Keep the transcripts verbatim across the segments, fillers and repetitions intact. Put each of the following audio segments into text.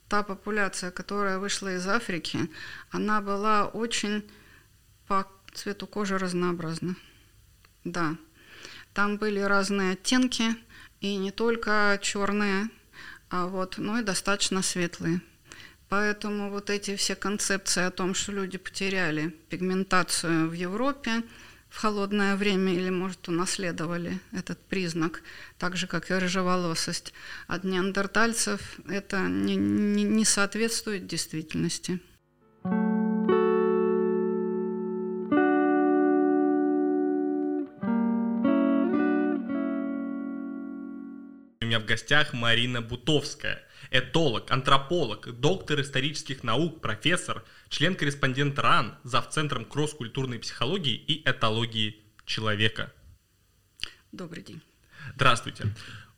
та популяция, которая вышла из Африки, она была очень по цвету кожи разнообразна. Да, там были разные оттенки, и не только черные, а вот, но и достаточно светлые. Поэтому вот эти все концепции о том, что люди потеряли пигментацию в Европе в холодное время или, может, унаследовали этот признак, так же, как и рыжеволосость от неандертальцев, это не, не, не соответствует действительности. У меня в гостях Марина Бутовская, этолог, антрополог, доктор исторических наук, профессор, член-корреспондент РАН, завцентром кросс-культурной психологии и этологии человека. Добрый день. Здравствуйте.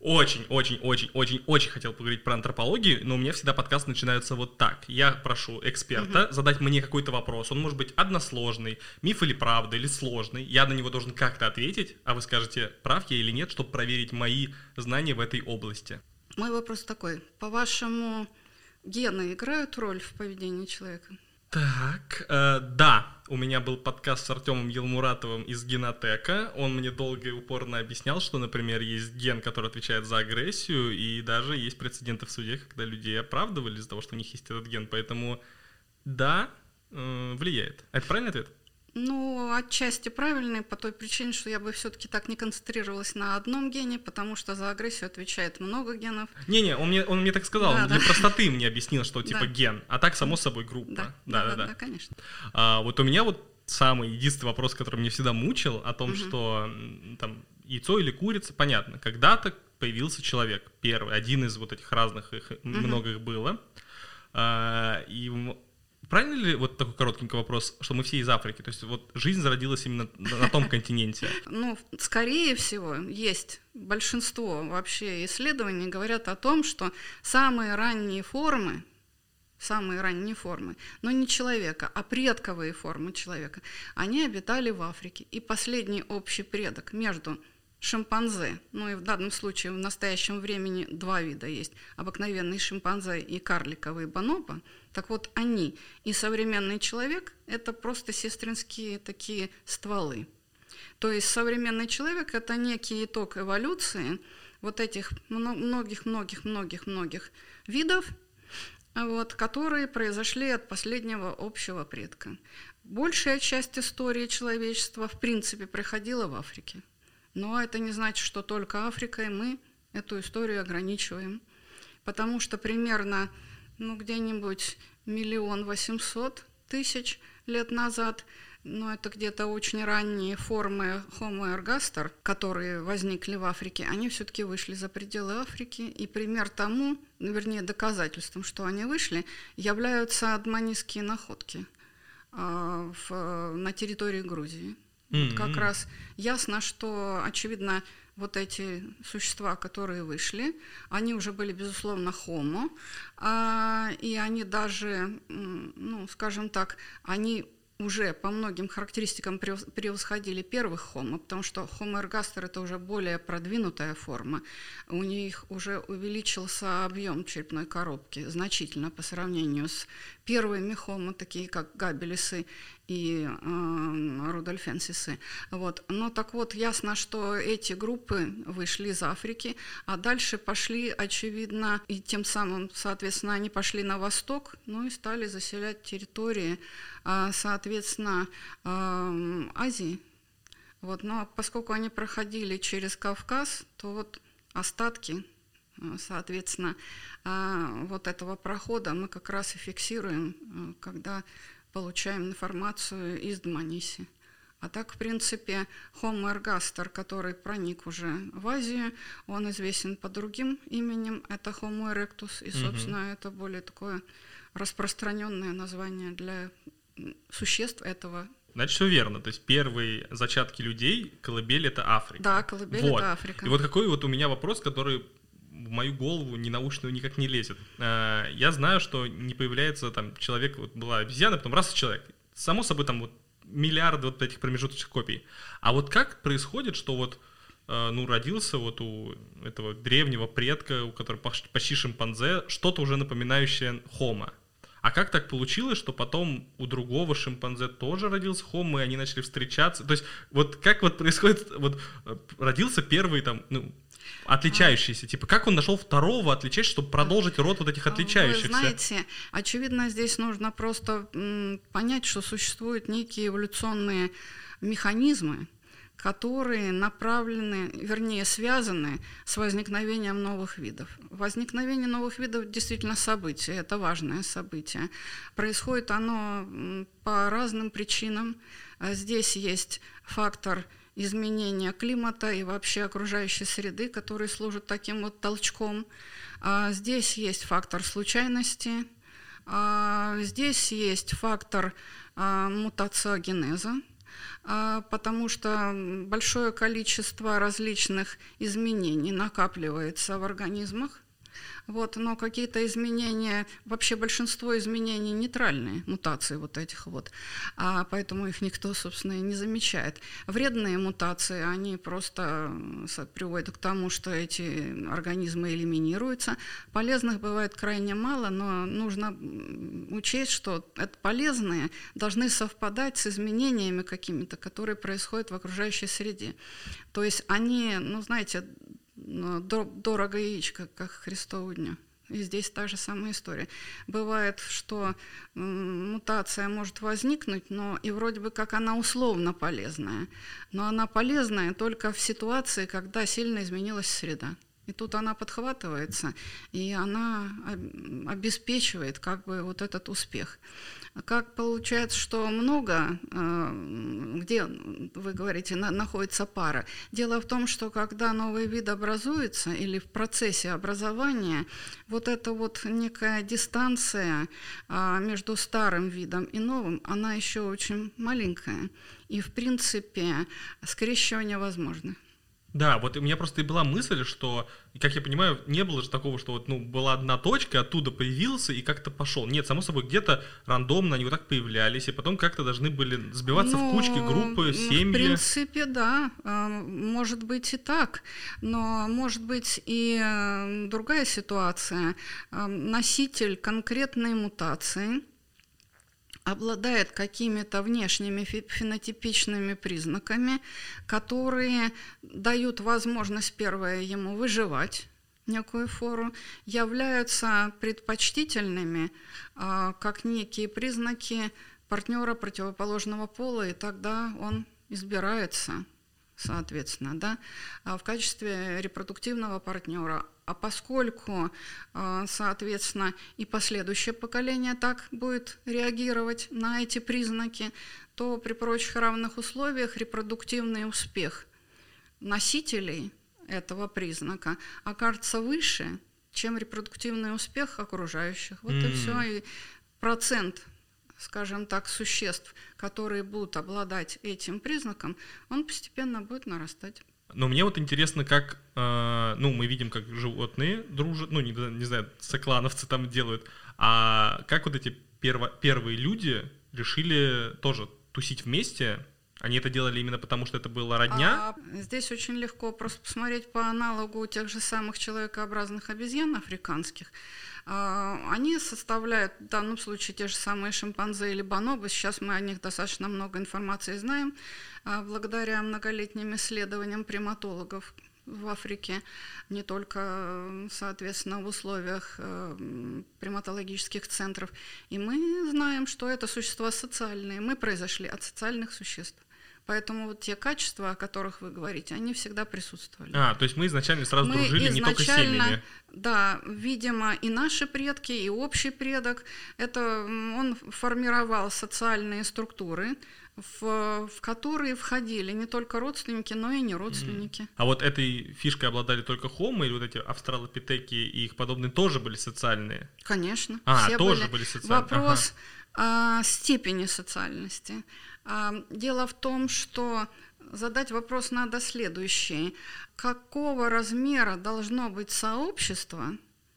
Очень-очень-очень-очень-очень хотел поговорить про антропологию, но у меня всегда подкасты начинаются вот так. Я прошу эксперта угу. задать мне какой-то вопрос. Он может быть односложный, миф или правда, или сложный. Я на него должен как-то ответить, а вы скажете, прав я или нет, чтобы проверить мои знания в этой области. Мой вопрос такой. По-вашему, гены играют роль в поведении человека? Так, э, да, у меня был подкаст с Артемом Елмуратовым из Генотека. Он мне долго и упорно объяснял, что, например, есть ген, который отвечает за агрессию, и даже есть прецеденты в суде, когда людей оправдывали из-за того, что у них есть этот ген. Поэтому да, э, влияет. Это правильный ответ? Ну, отчасти правильный, по той причине, что я бы все-таки так не концентрировалась на одном гене, потому что за агрессию отвечает много генов. Не-не, он мне, он мне так сказал, да, он да. для простоты мне объяснил, что типа да. ген, а так, само собой, группа. Да, да, да, да, да, да конечно. А, вот у меня вот самый единственный вопрос, который меня всегда мучил, о том, угу. что там яйцо или курица, понятно, когда-то появился человек, первый, один из вот этих разных, их, угу. много их было, а, и... Правильно ли, вот такой коротенький вопрос, что мы все из Африки, то есть вот жизнь зародилась именно на том континенте? Ну, скорее всего, есть большинство вообще исследований говорят о том, что самые ранние формы, самые ранние формы, но не человека, а предковые формы человека, они обитали в Африке. И последний общий предок между шимпанзе, ну и в данном случае в настоящем времени два вида есть, обыкновенный шимпанзе и карликовый бонобо, так вот они и современный человек – это просто сестринские такие стволы. То есть современный человек – это некий итог эволюции вот этих многих-многих-многих-многих видов, вот, которые произошли от последнего общего предка. Большая часть истории человечества в принципе проходила в Африке. Но это не значит, что только Африка, и мы эту историю ограничиваем. Потому что примерно ну, где-нибудь миллион восемьсот тысяч лет назад, но это где-то очень ранние формы Homo ergaster, которые возникли в Африке, они все-таки вышли за пределы Африки. И пример тому, вернее доказательством, что они вышли, являются адманистские находки э, в, на территории Грузии. Вот как раз ясно, что, очевидно, вот эти существа, которые вышли, они уже были, безусловно, homo, а, и они даже, ну, скажем так, они уже по многим характеристикам превосходили первых homo, потому что Homo ergaster – это уже более продвинутая форма. У них уже увеличился объем черепной коробки значительно по сравнению с первыми homo, такие как габелисы и э, рудольфенсисы. Вот. Но так вот, ясно, что эти группы вышли из Африки, а дальше пошли, очевидно, и тем самым, соответственно, они пошли на восток, ну и стали заселять территории, э, соответственно, э, Азии. Вот. Но поскольку они проходили через Кавказ, то вот остатки, соответственно, э, вот этого прохода мы как раз и фиксируем, э, когда получаем информацию из Дманиси. А так, в принципе, Homo ergaster, который проник уже в Азию, он известен по другим именем, это Homo erectus, и, собственно, угу. это более такое распространенное название для существ этого. Значит, все верно. То есть первые зачатки людей, колыбель — это Африка. Да, колыбель вот. — это Африка. И вот какой вот у меня вопрос, который в мою голову ненаучную никак не лезет. Я знаю, что не появляется там человек, вот была обезьяна, потом раз человек. Само собой там вот миллиарды вот этих промежуточных копий. А вот как происходит, что вот ну, родился вот у этого древнего предка, у которого почти шимпанзе, что-то уже напоминающее Homo. А как так получилось, что потом у другого шимпанзе тоже родился Homo, и они начали встречаться? То есть вот как вот происходит, вот родился первый там, ну, отличающийся, а... типа как он нашел второго отличающегося, чтобы продолжить род вот этих отличающихся? Вы знаете, очевидно, здесь нужно просто м, понять, что существуют некие эволюционные механизмы, которые направлены, вернее, связаны с возникновением новых видов. Возникновение новых видов действительно событие, это важное событие. Происходит оно по разным причинам. Здесь есть фактор изменения климата и вообще окружающей среды, который служит таким вот толчком. Здесь есть фактор случайности, здесь есть фактор мутациогенеза, потому что большое количество различных изменений накапливается в организмах. Вот, но какие-то изменения, вообще большинство изменений нейтральные, мутации вот этих вот, а поэтому их никто, собственно, и не замечает. Вредные мутации, они просто приводят к тому, что эти организмы элиминируются. Полезных бывает крайне мало, но нужно учесть, что это полезные должны совпадать с изменениями какими-то, которые происходят в окружающей среде. То есть они, ну, знаете, дорого яичко, как Христову дню. И здесь та же самая история. Бывает, что мутация может возникнуть, но и вроде бы как она условно полезная. Но она полезная только в ситуации, когда сильно изменилась среда. И тут она подхватывается, и она обеспечивает как бы вот этот успех. Как получается, что много, где, вы говорите, находится пара. Дело в том, что когда новый вид образуется или в процессе образования, вот эта вот некая дистанция между старым видом и новым, она еще очень маленькая. И, в принципе, скрещивание возможно. Да, вот у меня просто и была мысль, что, как я понимаю, не было же такого, что вот, ну, была одна точка, оттуда появился и как-то пошел. Нет, само собой, где-то рандомно они вот так появлялись, и потом как-то должны были сбиваться ну, в кучки, группы, семьи. В принципе, да, может быть и так, но может быть и другая ситуация. Носитель конкретной мутации обладает какими-то внешними фенотипичными признаками, которые дают возможность, первое, ему выживать некую фору, являются предпочтительными как некие признаки партнера противоположного пола, и тогда он избирается, соответственно, да, в качестве репродуктивного партнера. А поскольку, соответственно, и последующее поколение так будет реагировать на эти признаки, то при прочих равных условиях репродуктивный успех носителей этого признака окажется выше, чем репродуктивный успех окружающих. Вот mm. и все. И процент, скажем так, существ, которые будут обладать этим признаком, он постепенно будет нарастать. Но мне вот интересно, как, э, ну, мы видим, как животные дружат, ну, не, не знаю, соклановцы там делают, а как вот эти перво, первые люди решили тоже тусить вместе? Они это делали именно потому, что это была родня? А, здесь очень легко просто посмотреть по аналогу тех же самых человекообразных обезьян африканских. Они составляют в данном случае те же самые шимпанзе или бонобо. Сейчас мы о них достаточно много информации знаем, благодаря многолетним исследованиям приматологов в Африке, не только, соответственно, в условиях приматологических центров. И мы знаем, что это существа социальные. Мы произошли от социальных существ. Поэтому вот те качества, о которых вы говорите, они всегда присутствовали. А, то есть мы изначально сразу мы дружили не только с семьями. Да, видимо, и наши предки, и общий предок, это он формировал социальные структуры, в, в которые входили не только родственники, но и не родственники. А вот этой фишкой обладали только хомо, или вот эти австралопитеки и их подобные тоже были социальные? Конечно. А, все тоже были. были социальные. Вопрос ага. о степени социальности. Дело в том, что задать вопрос надо следующий. Какого размера должно быть сообщество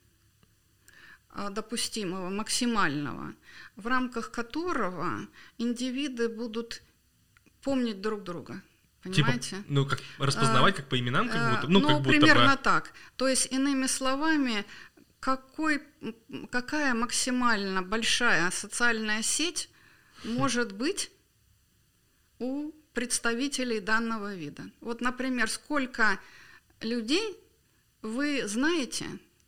допустимого, максимального, в рамках которого индивиды будут помнить друг друга? Понимаете? Типа, ну, как распознавать, а, как по именам, как будто, ну, ну, как будто примерно бы... так. То есть, иными словами, какой, какая максимально большая социальная сеть может быть у представителей данного вида? Вот, например, сколько людей вы знаете,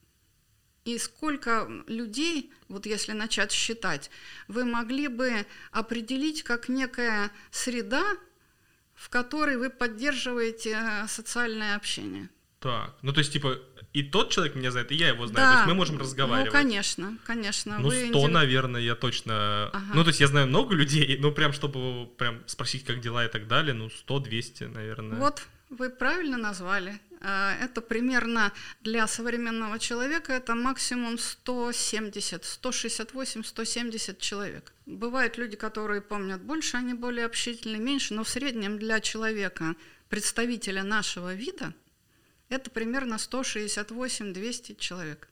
и сколько людей, вот если начать считать, вы могли бы определить как некая среда, в которой вы поддерживаете социальное общение. Так, ну то есть, типа, и тот человек меня знает, и я его знаю, да, то есть мы можем разговаривать. Ну, конечно, конечно. Ну, вы сто, индив... наверное, я точно... Ага. Ну, то есть я знаю много людей, ну, прям, чтобы прям спросить, как дела и так далее, ну, сто-двести, наверное. Вот, вы правильно назвали. Это примерно для современного человека это максимум сто семьдесят, сто шестьдесят восемь, сто семьдесят человек. Бывают люди, которые помнят больше, они более общительны, меньше, но в среднем для человека, представителя нашего вида, это примерно сто шестьдесят восемь - двести человек.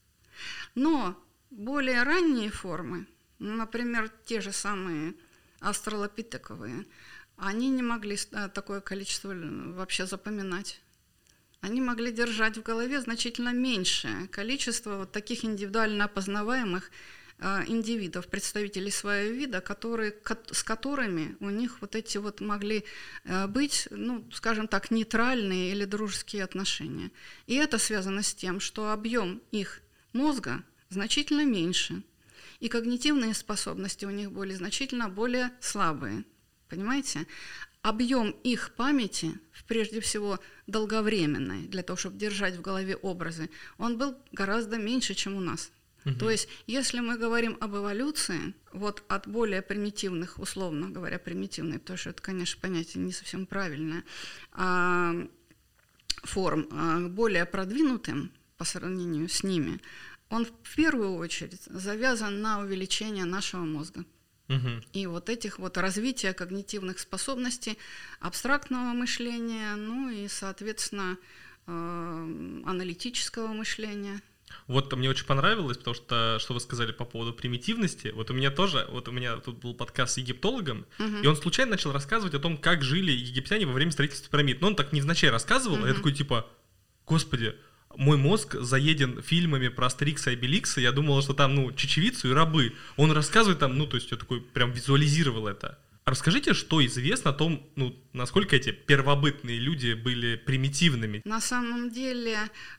Но более ранние формы, например, те же самые австралопитековые, они не могли такое количество вообще запоминать. Они могли держать в голове значительно меньшее количество вот таких индивидуально опознаваемых э, индивидов, представителей своего вида, которые, с которыми у них вот эти вот могли э, быть, ну, скажем так, нейтральные или дружеские отношения. И это связано с тем, что объем их мозга значительно меньше, и когнитивные способности у них были значительно более слабые. Понимаете? Объем их памяти, прежде всего долговременной, для того, чтобы держать в голове образы, он был гораздо меньше, чем у нас. Угу. То есть, если мы говорим об эволюции, вот от более примитивных, условно говоря, примитивной, потому что это, конечно, понятие не совсем правильное, а, форм, а, более продвинутым по сравнению с ними, он в первую очередь завязан на увеличение нашего мозга. Угу. И вот этих вот развития когнитивных способностей, абстрактного мышления, ну и, соответственно, э, аналитического мышления. Вот мне очень понравилось, потому что, что вы сказали по поводу примитивности, вот у меня тоже, вот у меня тут был подкаст с египтологом, угу. и он случайно начал рассказывать о том, как жили египтяне во время строительства пирамид. Но он так невзначай рассказывал, угу. а я такой типа, господи, мой мозг заеден фильмами про Астерикса и Обеликса, я думал, что там, ну, чечевицу и рабы. Он рассказывает там, ну, то есть я такой прям визуализировал это. А расскажите, что известно о том, ну, насколько эти первобытные люди были примитивными? На самом деле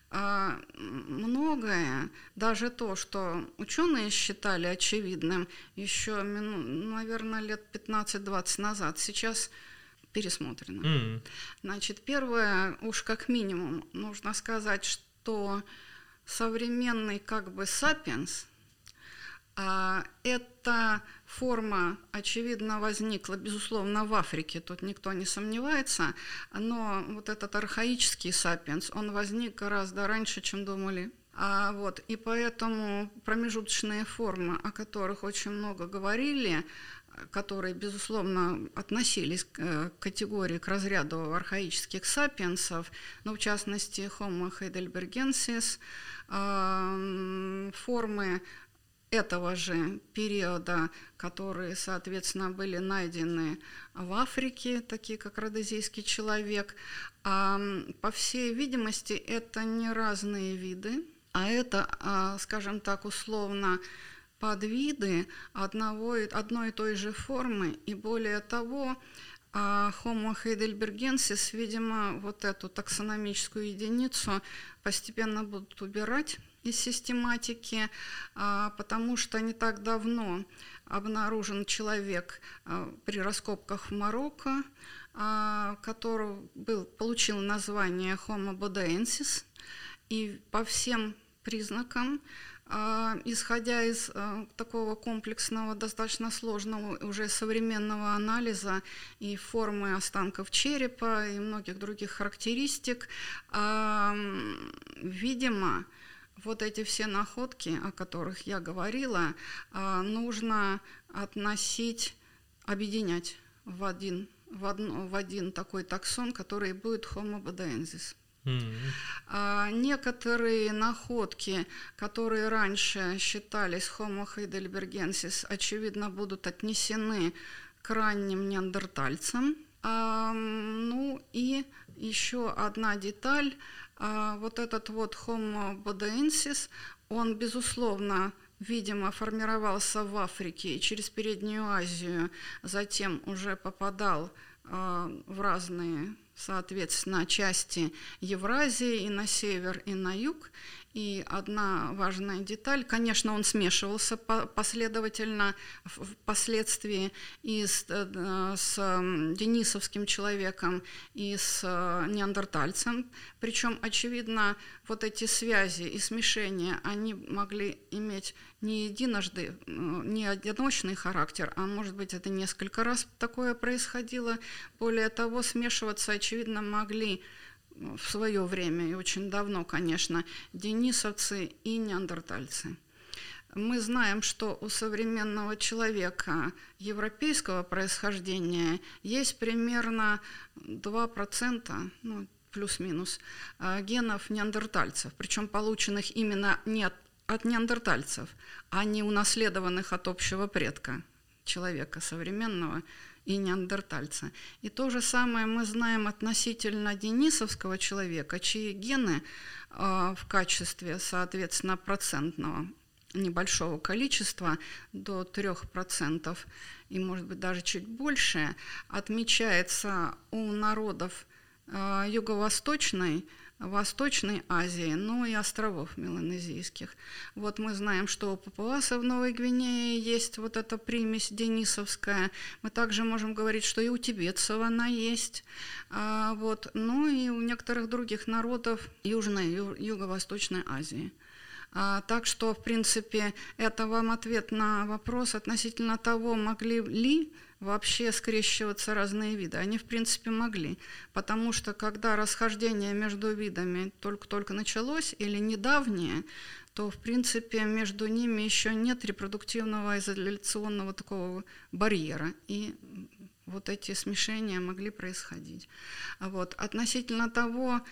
многое, даже то, что ученые считали очевидным еще, наверное, лет пятнадцать-двадцать назад, сейчас пересмотрено. Mm. Значит, первое, уж как минимум, нужно сказать, что современный как бы сапиенс, а, эта форма, очевидно, возникла, безусловно, в Африке, тут никто не сомневается, но вот этот архаический сапиенс, он возник гораздо раньше, чем думали. А, вот, и поэтому промежуточные формы, о которых очень много говорили, которые, безусловно, относились к категории, к разряду архаических сапиенсов, но в частности Homo heidelbergensis, формы этого же периода, которые, соответственно, были найдены в Африке, такие как родезийский человек, по всей видимости, это не разные виды, а это, скажем так, условно, подвиды одного, одной и той же формы, и более того, Homo heidelbergensis, видимо, вот эту таксономическую единицу постепенно будут убирать из систематики, потому что не так давно обнаружен человек при раскопках в Марокко, который был, получил название Homo bodaensis, и по всем признакам, исходя из такого комплексного, достаточно сложного уже современного анализа и формы останков черепа и многих других характеристик, видимо, вот эти все находки, о которых я говорила, нужно относить, объединять в один, в одно, в один такой таксон, который будет Homo bodaensis. Mm-hmm. Некоторые находки, которые раньше считались Homo heidelbergensis, очевидно, будут отнесены к ранним неандертальцам. Ну и еще одна деталь. Вот этот вот Homo bodoensis, он, безусловно, видимо, формировался в Африке и через Переднюю Азию, затем уже попадал в разные, соответственно, части Евразии, и на север, и на юг. И одна важная деталь, конечно, он смешивался последовательно впоследствии и с, с денисовским человеком, и с неандертальцем. Причем, очевидно, вот эти связи и смешения, они могли иметь не единожды, не одиночный характер, а может быть, это несколько раз такое происходило. Более того, смешиваться, очевидно, могли в свое время, и очень давно, конечно, денисовцы и неандертальцы. Мы знаем, что у современного человека европейского происхождения есть примерно два процента, ну, плюс-минус, генов неандертальцев, причем полученных именно не от, от неандертальцев, а не унаследованных от общего предка человека современного и неандертальца. И то же самое мы знаем относительно денисовского человека, чьи гены э, в качестве, соответственно, процентного небольшого количества, до трех процентов и, может быть, даже чуть больше, отмечается у народов э, юго-восточной, Восточной Азии, ну и островов меланезийских. Вот мы знаем, что у папуасов в Новой Гвинее есть вот эта примесь денисовская. Мы также можем говорить, что и у тибетцев она есть. А, вот. Ну и у некоторых других народов Южной, Ю- Юго-Восточной Азии. А, так что, в принципе, это вам ответ на вопрос относительно того, могли ли вообще скрещиваться разные виды. Они, в принципе, могли, потому что когда расхождение между видами только-только началось или недавнее, то, в принципе, между ними еще нет репродуктивного изоляционного такого барьера, и вот эти смешения могли происходить. Вот. Относительно того,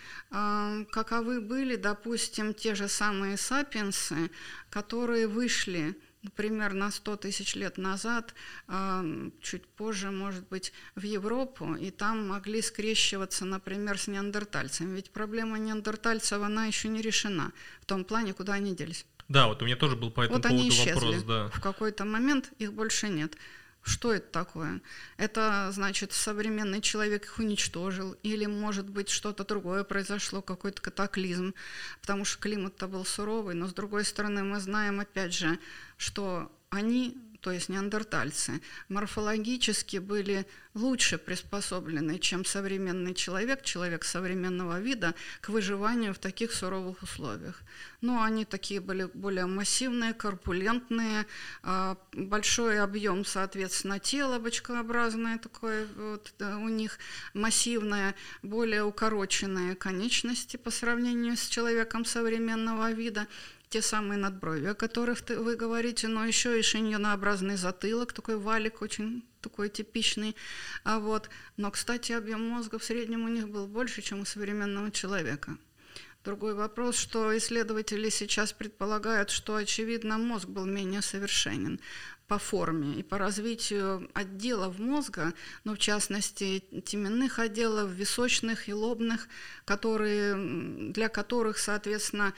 каковы были, допустим, те же самые сапиенсы, которые вышли, например, на сто тысяч лет назад, чуть позже, может быть, в Европу, и там могли скрещиваться, например, с неандертальцами. Ведь проблема неандертальцев, она еще не решена в том плане, куда они делись. Да, вот у меня тоже был по этому вот поводу они исчезли. вопрос. Да. В какой-то момент их больше нет. Что это такое? Это, значит, современный человек их уничтожил, или, может быть, что-то другое произошло, какой-то катаклизм, потому что климат-то был суровый, но, с другой стороны, мы знаем, опять же, что они, то есть неандертальцы, морфологически были лучше приспособлены, чем современный человек, человек современного вида, к выживанию в таких суровых условиях. Но они такие были более массивные, корпулентные, большой объем, соответственно, тела бочкообразное такое вот, у них массивное, более укороченные конечности по сравнению с человеком современного вида. Те самые надбровья, о которых вы говорите, но еще и шиньонообразный затылок, такой валик очень такой типичный. А вот. Но, кстати, объем мозга в среднем у них был больше, чем у современного человека. Другой вопрос, что исследователи сейчас предполагают, что, очевидно, мозг был менее совершенен по форме и по развитию отделов мозга, но в частности теменных отделов, височных и лобных, которые, для которых, соответственно,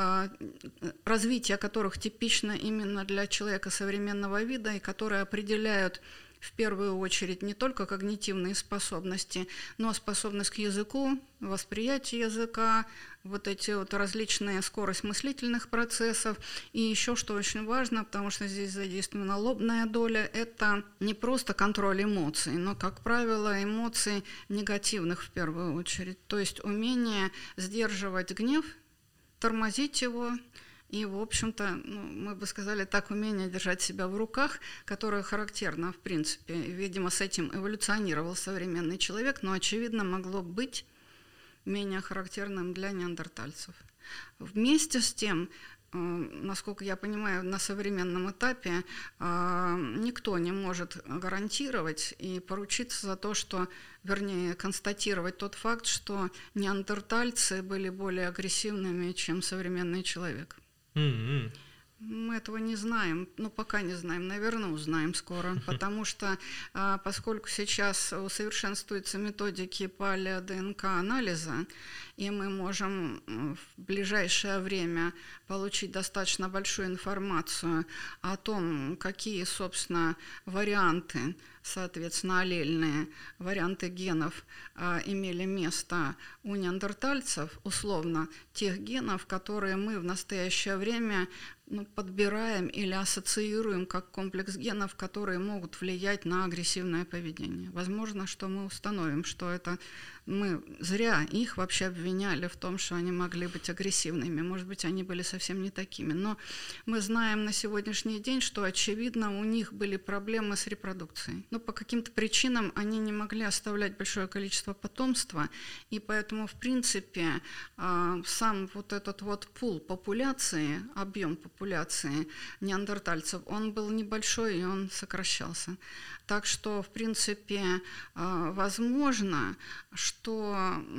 развитие которых типично именно для человека современного вида и которые определяют в первую очередь не только когнитивные способности, но способность к языку, восприятие языка, вот эти вот различные скорость мыслительных процессов. И еще, что очень важно, потому что здесь задействована лобная доля, это не просто контроль эмоций, но, как правило, эмоций негативных в первую очередь. То есть умение сдерживать гнев, тормозить его. И, в общем-то, ну, мы бы сказали так, умение держать себя в руках, которое характерно, в принципе, видимо, с этим эволюционировал современный человек, но, очевидно, могло быть менее характерным для неандертальцев. Вместе с тем, насколько я понимаю, на современном этапе никто не может гарантировать и поручиться за то, что, вернее, констатировать тот факт, что неандертальцы были более агрессивными, чем современный человек. Mm-hmm. Мы этого не знаем, ну пока не знаем, наверное, узнаем скоро, потому что поскольку сейчас усовершенствуются методики палео-ДНК-анализа, и мы можем в ближайшее время получить достаточно большую информацию о том, какие, собственно, варианты, соответственно, аллельные варианты генов имели место у неандертальцев, условно, тех генов, которые мы в настоящее время ну, подбираем или ассоциируем как комплекс генов, которые могут влиять на агрессивное поведение. Возможно, что мы установим, что это мы зря их вообще обвиняли в том, что они могли быть агрессивными. Может быть, они были совсем не такими. Но мы знаем на сегодняшний день, что, очевидно, у них были проблемы с репродукцией. Но по каким-то причинам они не могли оставлять большое количество потомства, и поэтому, в принципе, сам вот этот вот пул популяции, объем популяции неандертальцев, он был небольшой, и он сокращался. Так что, в принципе, возможно, что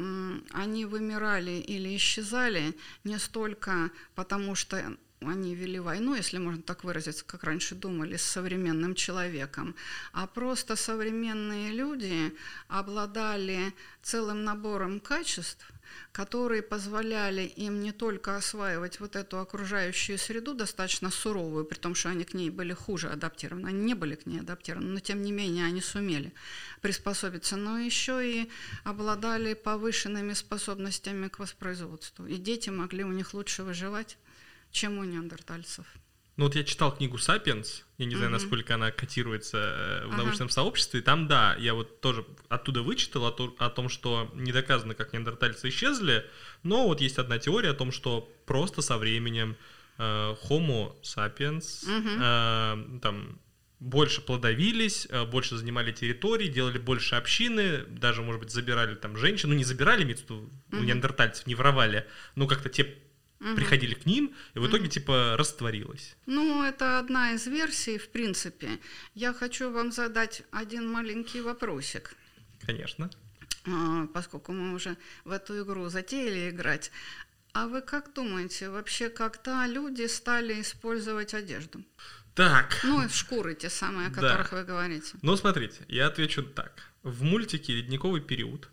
они вымирали или исчезали не столько потому, что они вели войну, если можно так выразиться, как раньше думали, с современным человеком, а просто современные люди обладали целым набором качеств, которые позволяли им не только осваивать вот эту окружающую среду достаточно суровую, при том, что они к ней были хуже адаптированы, они не были к ней адаптированы, но тем не менее они сумели приспособиться, но еще и обладали повышенными способностями к воспроизводству, и дети могли у них лучше выживать, чем у неандертальцев. Ну вот я читал книгу «Сапиенс», я не знаю, uh-huh. насколько она котируется в uh-huh. научном сообществе, и там, да, я вот тоже оттуда вычитал о, то, о том, что не доказано, как неандертальцы исчезли, но вот есть одна теория о том, что просто со временем э, Homo sapiens uh-huh. э, там, больше плодовились, э, больше занимали территории, делали больше общины, даже, может быть, забирали там женщин, ну не забирали, имеется в виду, uh-huh. у неандертальцев не воровали, но как-то те Угу. приходили к ним, и в итоге, угу. типа, растворилось. Ну, это одна из версий, в принципе. Я хочу вам задать один маленький вопросик. Конечно. А, поскольку мы уже в эту игру затеяли играть. А вы как думаете, вообще, когда люди стали использовать одежду? Так. Ну, шкуры те самые, о которых да. вы говорите. Ну, смотрите, я отвечу так. В мультике «Ледниковый период»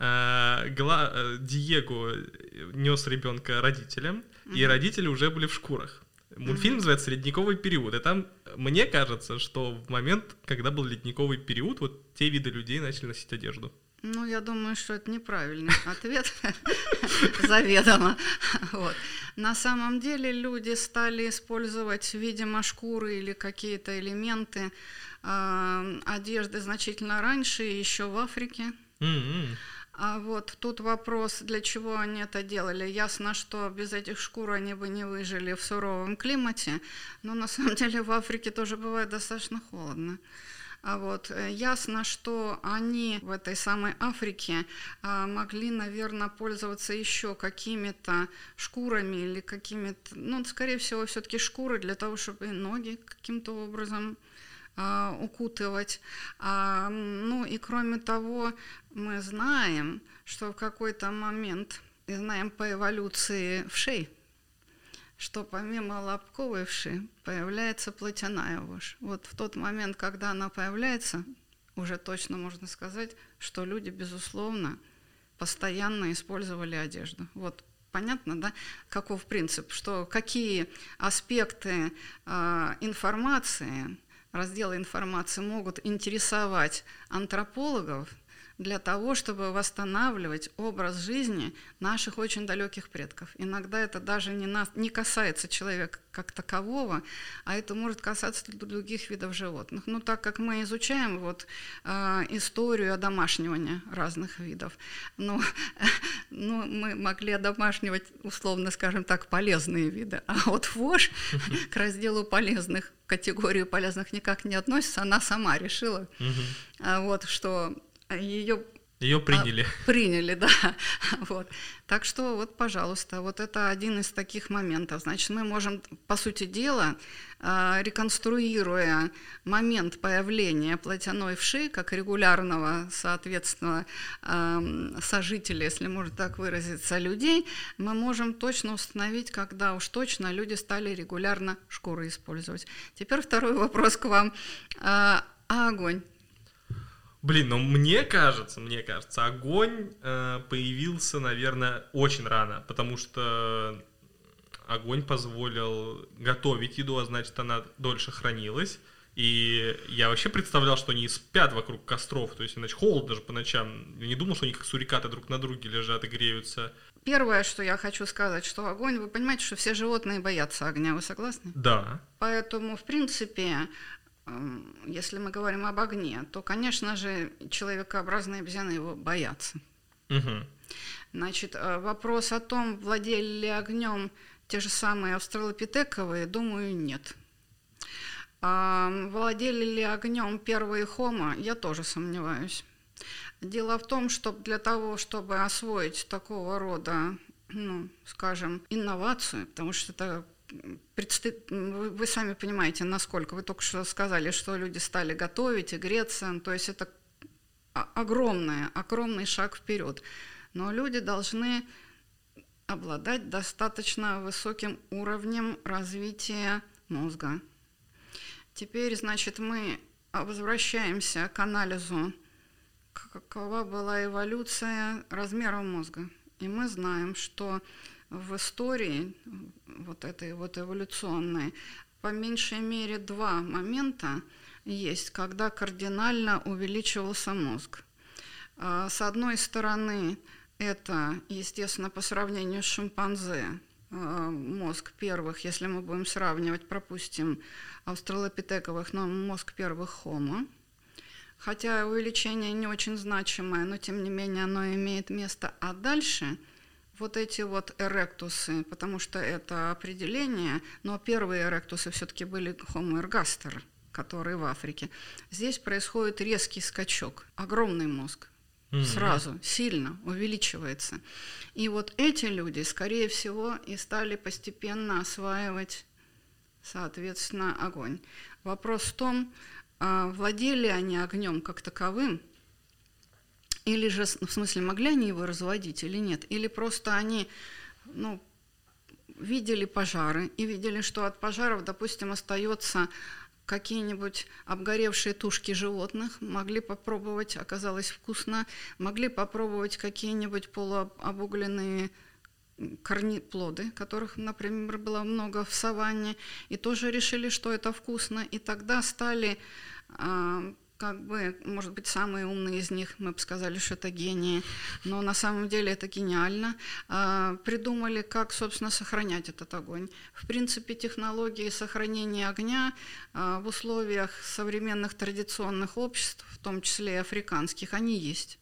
Диего нес ребенка родителям, uh-huh. и родители уже были в шкурах. Мультфильм uh-huh. называется «Ледниковый период», и там мне кажется, что в момент, когда был ледниковый период, вот те виды людей начали носить одежду. Ну, я думаю, что это неправильный ответ, заведомо. Вот. На самом деле люди стали использовать, видимо, шкуры или какие-то элементы э, одежды значительно раньше, еще в Африке. Mm-hmm. А вот тут вопрос, для чего они это делали. Ясно, что без этих шкур они бы не выжили в суровом климате, но на самом деле в Африке тоже бывает достаточно холодно. А вот ясно, что они в этой самой Африке а, могли, наверное, пользоваться еще какими-то шкурами или какими-то, ну, скорее всего, все-таки шкуры для того, чтобы ноги каким-то образом а, укутывать. А, ну и кроме того, мы знаем, что в какой-то момент, и знаем по эволюции вшей, что помимо лобковой вши появляется плотяная вошь. Вот в тот момент, когда она появляется, уже точно можно сказать, что люди, безусловно, постоянно использовали одежду. Вот понятно, да, каков принцип, что какие аспекты э, информации, раздела информации могут интересовать антропологов, для того, чтобы восстанавливать образ жизни наших очень далеких предков. Иногда это даже не, нас, не касается человека как такового, а это может касаться других видов животных. Но так как мы изучаем вот, э, историю одомашнивания разных видов, ну, ну, мы могли одомашнивать, условно скажем так, полезные виды, а вот вошь к разделу полезных, категорию полезных никак не относится, она сама решила, вот, что ее Ее приняли. А, приняли, да. Вот. Так что вот, пожалуйста, вот это один из таких моментов. Значит, мы можем, по сути дела, реконструируя момент появления платяной вши как регулярного, соответственно, сожителя, если можно так выразиться, людей, мы можем точно установить, когда уж точно люди стали регулярно шкуры использовать. Теперь второй вопрос к вам. А огонь? Блин, ну мне кажется, мне кажется, огонь э, появился, наверное, очень рано, потому что огонь позволил готовить еду, а значит, она дольше хранилась. И я вообще представлял, что они спят вокруг костров, то есть иначе холодно же по ночам. Я не думал, что у них сурикаты друг на друге лежат и греются. Первое, что я хочу сказать, что огонь, вы понимаете, что все животные боятся огня, вы согласны? Да. Поэтому, в принципе, если мы говорим об огне, то, конечно же, человекообразные обезьяны его боятся. Угу. Значит, вопрос о том, владели ли огнем те же самые австралопитековые, думаю, нет. А владели ли огнем первые хомо, я тоже сомневаюсь. Дело в том, что для того, чтобы освоить такого рода, ну, скажем, инновацию, потому что это Вы, вы сами понимаете, насколько. Вы только что сказали, что люди стали готовить и греться. То есть это огромный, огромный шаг вперед. Но люди должны обладать достаточно высоким уровнем развития мозга. Теперь, значит, мы возвращаемся к анализу, какова была эволюция размера мозга. И мы знаем, что в истории вот этой вот эволюционной по меньшей мере два момента есть, когда кардинально увеличивался мозг. С одной стороны, это, естественно, по сравнению с шимпанзе, мозг первых, если мы будем сравнивать, пропустим австралопитековых, но мозг первых хомо. Хотя увеличение не очень значимое, но тем не менее оно имеет место. А дальше вот эти вот эректусы, потому что это определение, но первые эректусы все-таки были Homo ergaster, которые в Африке. Здесь происходит резкий скачок, огромный мозг. Mm-hmm. Сразу, сильно увеличивается. И вот эти люди, скорее всего, и стали постепенно осваивать, соответственно, огонь. Вопрос в том, владели они огнем как таковым, или же, в смысле, могли они его разводить или нет, или просто они, ну, видели пожары и видели, что от пожаров, допустим, остается какие-нибудь обгоревшие тушки животных, могли попробовать, оказалось вкусно, могли попробовать какие-нибудь полуобугленные корнеплоды, которых, например, было много в саванне, и тоже решили, что это вкусно, и тогда стали, как бы, может быть, самые умные из них, мы бы сказали, что это гении, но на самом деле это гениально, придумали, как, собственно, сохранять этот огонь. В принципе, технологии сохранения огня в условиях современных традиционных обществ, в том числе и африканских, они есть.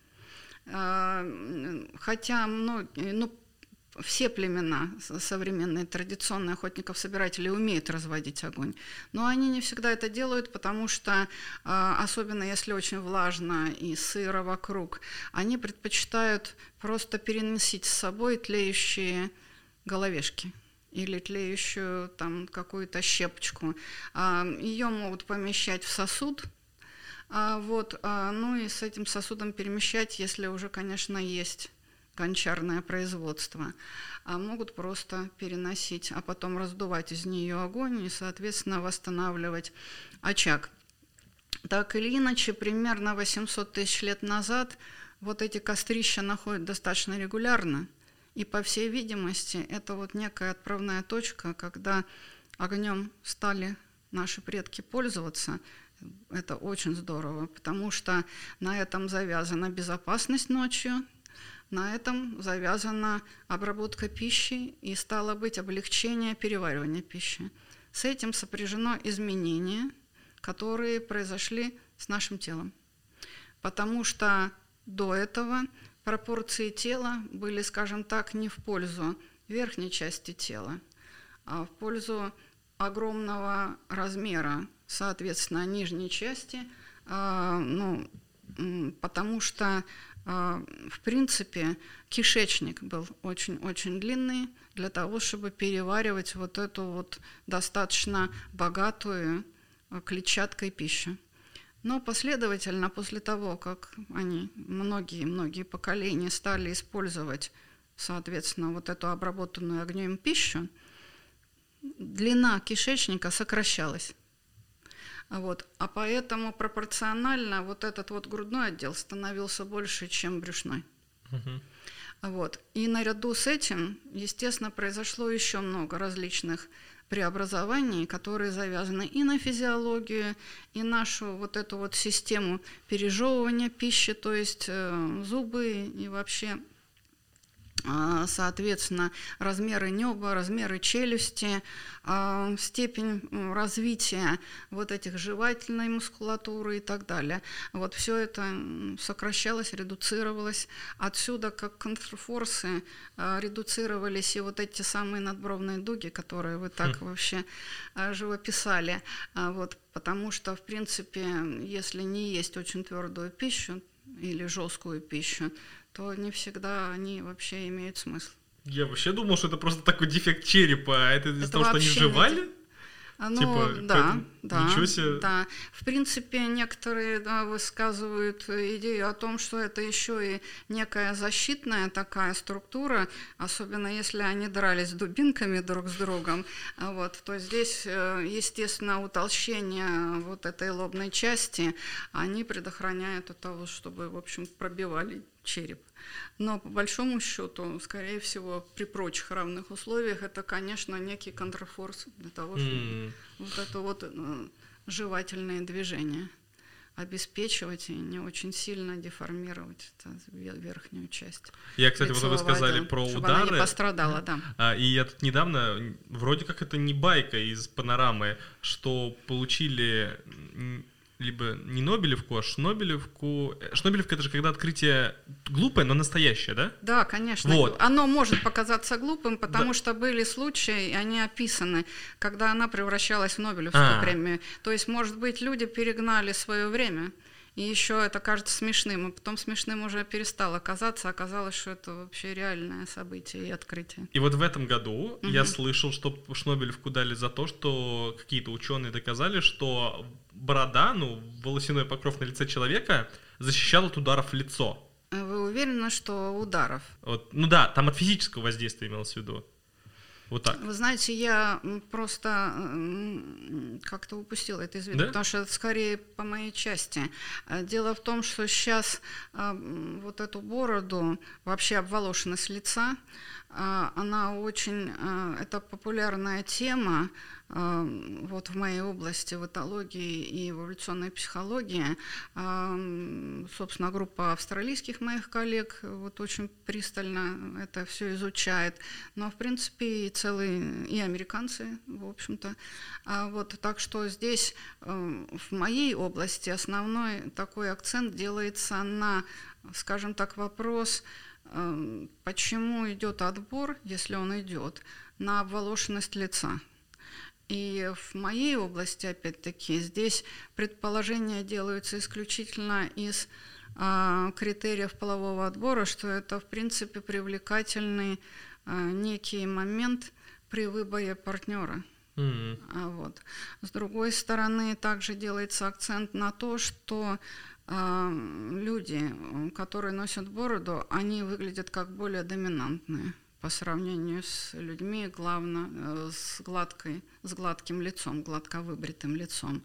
Хотя, ну, ну все племена современные, традиционные охотников-собирателей умеют разводить огонь. Но они не всегда это делают, потому что, особенно если очень влажно и сыро вокруг, они предпочитают просто переносить с собой тлеющие головешки или тлеющую там какую-то щепочку. Ее могут помещать в сосуд, вот, ну и с этим сосудом перемещать, если уже, конечно, есть гончарное производство, а могут просто переносить, а потом раздувать из нее огонь и, соответственно, восстанавливать очаг. Так или иначе, примерно восемьсот тысяч лет назад вот эти кострища находят достаточно регулярно, и, по всей видимости, это вот некая отправная точка, когда огнем стали наши предки пользоваться. Это очень здорово, потому что на этом завязана безопасность ночью, на этом завязана обработка пищи и, стало быть, облегчение переваривания пищи. С этим сопряжено изменения, которые произошли с нашим телом. Потому что до этого пропорции тела были, скажем так, не в пользу верхней части тела, а в пользу огромного размера, соответственно, нижней части, ну, потому что, в принципе, кишечник был очень-очень длинный для того, чтобы переваривать вот эту вот достаточно богатую клетчаткой пищу. Но последовательно, после того, как они, многие-многие поколения стали использовать, соответственно, вот эту обработанную огнем пищу, длина кишечника сокращалась. Вот. А поэтому пропорционально вот этот вот грудной отдел становился больше, чем брюшной. Uh-huh. Вот. И наряду с этим, естественно, произошло еще много различных преобразований, которые завязаны и на физиологию, и нашу вот эту вот систему пережевывания пищи, то есть э, зубы и вообще, э, соответственно, размеры неба, размеры челюсти, э, степень развития вот этих жевательной мускулатуры и так далее. Вот все это сокращалось, редуцировалось. Отсюда, как контрфорсы, э, редуцировались и вот эти самые надбровные дуги, которые вы так хм. вообще э, живописали. А вот, потому что, в принципе, если не есть очень твердую пищу или жесткую пищу, то не всегда они вообще имеют смысл. Я вообще думал, что это просто такой дефект черепа, а это из-за того, что они жевали? Ну, типа, да, да, ничего себе. да. В принципе, некоторые да, высказывают идею о том, что это еще и некая защитная такая структура, особенно если они дрались дубинками друг с другом. Вот, то здесь, естественно, утолщение вот этой лобной части, они предохраняют от того, чтобы, в общем, пробивали череп. Но по большому счету, скорее всего, при прочих равных условиях, это, конечно, некий контрфорс для того, чтобы mm. вот это вот э, жевательные движения обеспечивать и не очень сильно деформировать верхнюю часть. Я, кстати, вот вы сказали отдела, про чтобы удары. Она не пострадала, да. А, и я тут недавно, вроде как это не байка из панорамы, что получили либо не Нобелевку, а Шнобелевку. Шнобелевка — это же когда открытие глупое, но настоящее, да? Да, конечно. Вот. Оно может показаться глупым, потому да. что были случаи, и они описаны, когда она превращалась в Нобелевскую А-а-а. премию. То есть, может быть, люди перегнали свое время, и еще это кажется смешным, а потом смешным уже перестало казаться, оказалось, что это вообще реальное событие и открытие. И вот в этом году угу. я слышал, что Шнобелевку дали за то, что какие-то ученые доказали, что борода, ну, волосяной покров на лице человека защищал от ударов в лицо. Вы уверены, что ударов? Вот, ну да, там от физического воздействия имелось в виду. Вот так. Вы знаете, я просто как-то упустила это из виду, да? Потому что это скорее по моей части. Дело в том, что сейчас вот эту бороду, вообще обволошенность лица, она очень, это популярная тема вот в моей области, в этологии и эволюционной психологии. Собственно, группа австралийских моих коллег вот очень пристально это все изучает, но, в принципе, и целые, и американцы, в общем-то. Вот, так что здесь, в моей области, основной такой акцент делается на, скажем так, вопрос, почему идет отбор, если он идет, на обволошенность лица. И в моей области, опять-таки, здесь предположения делаются исключительно из а, критериев полового отбора, что это, в принципе, привлекательный а, некий момент при выборе партнера. Mm-hmm. А, вот. С другой стороны, также делается акцент на то, что а, люди, которые носят бороду, они выглядят как более доминантные по сравнению с людьми, главное, с, гладкой, с гладким лицом, гладко выбритым лицом.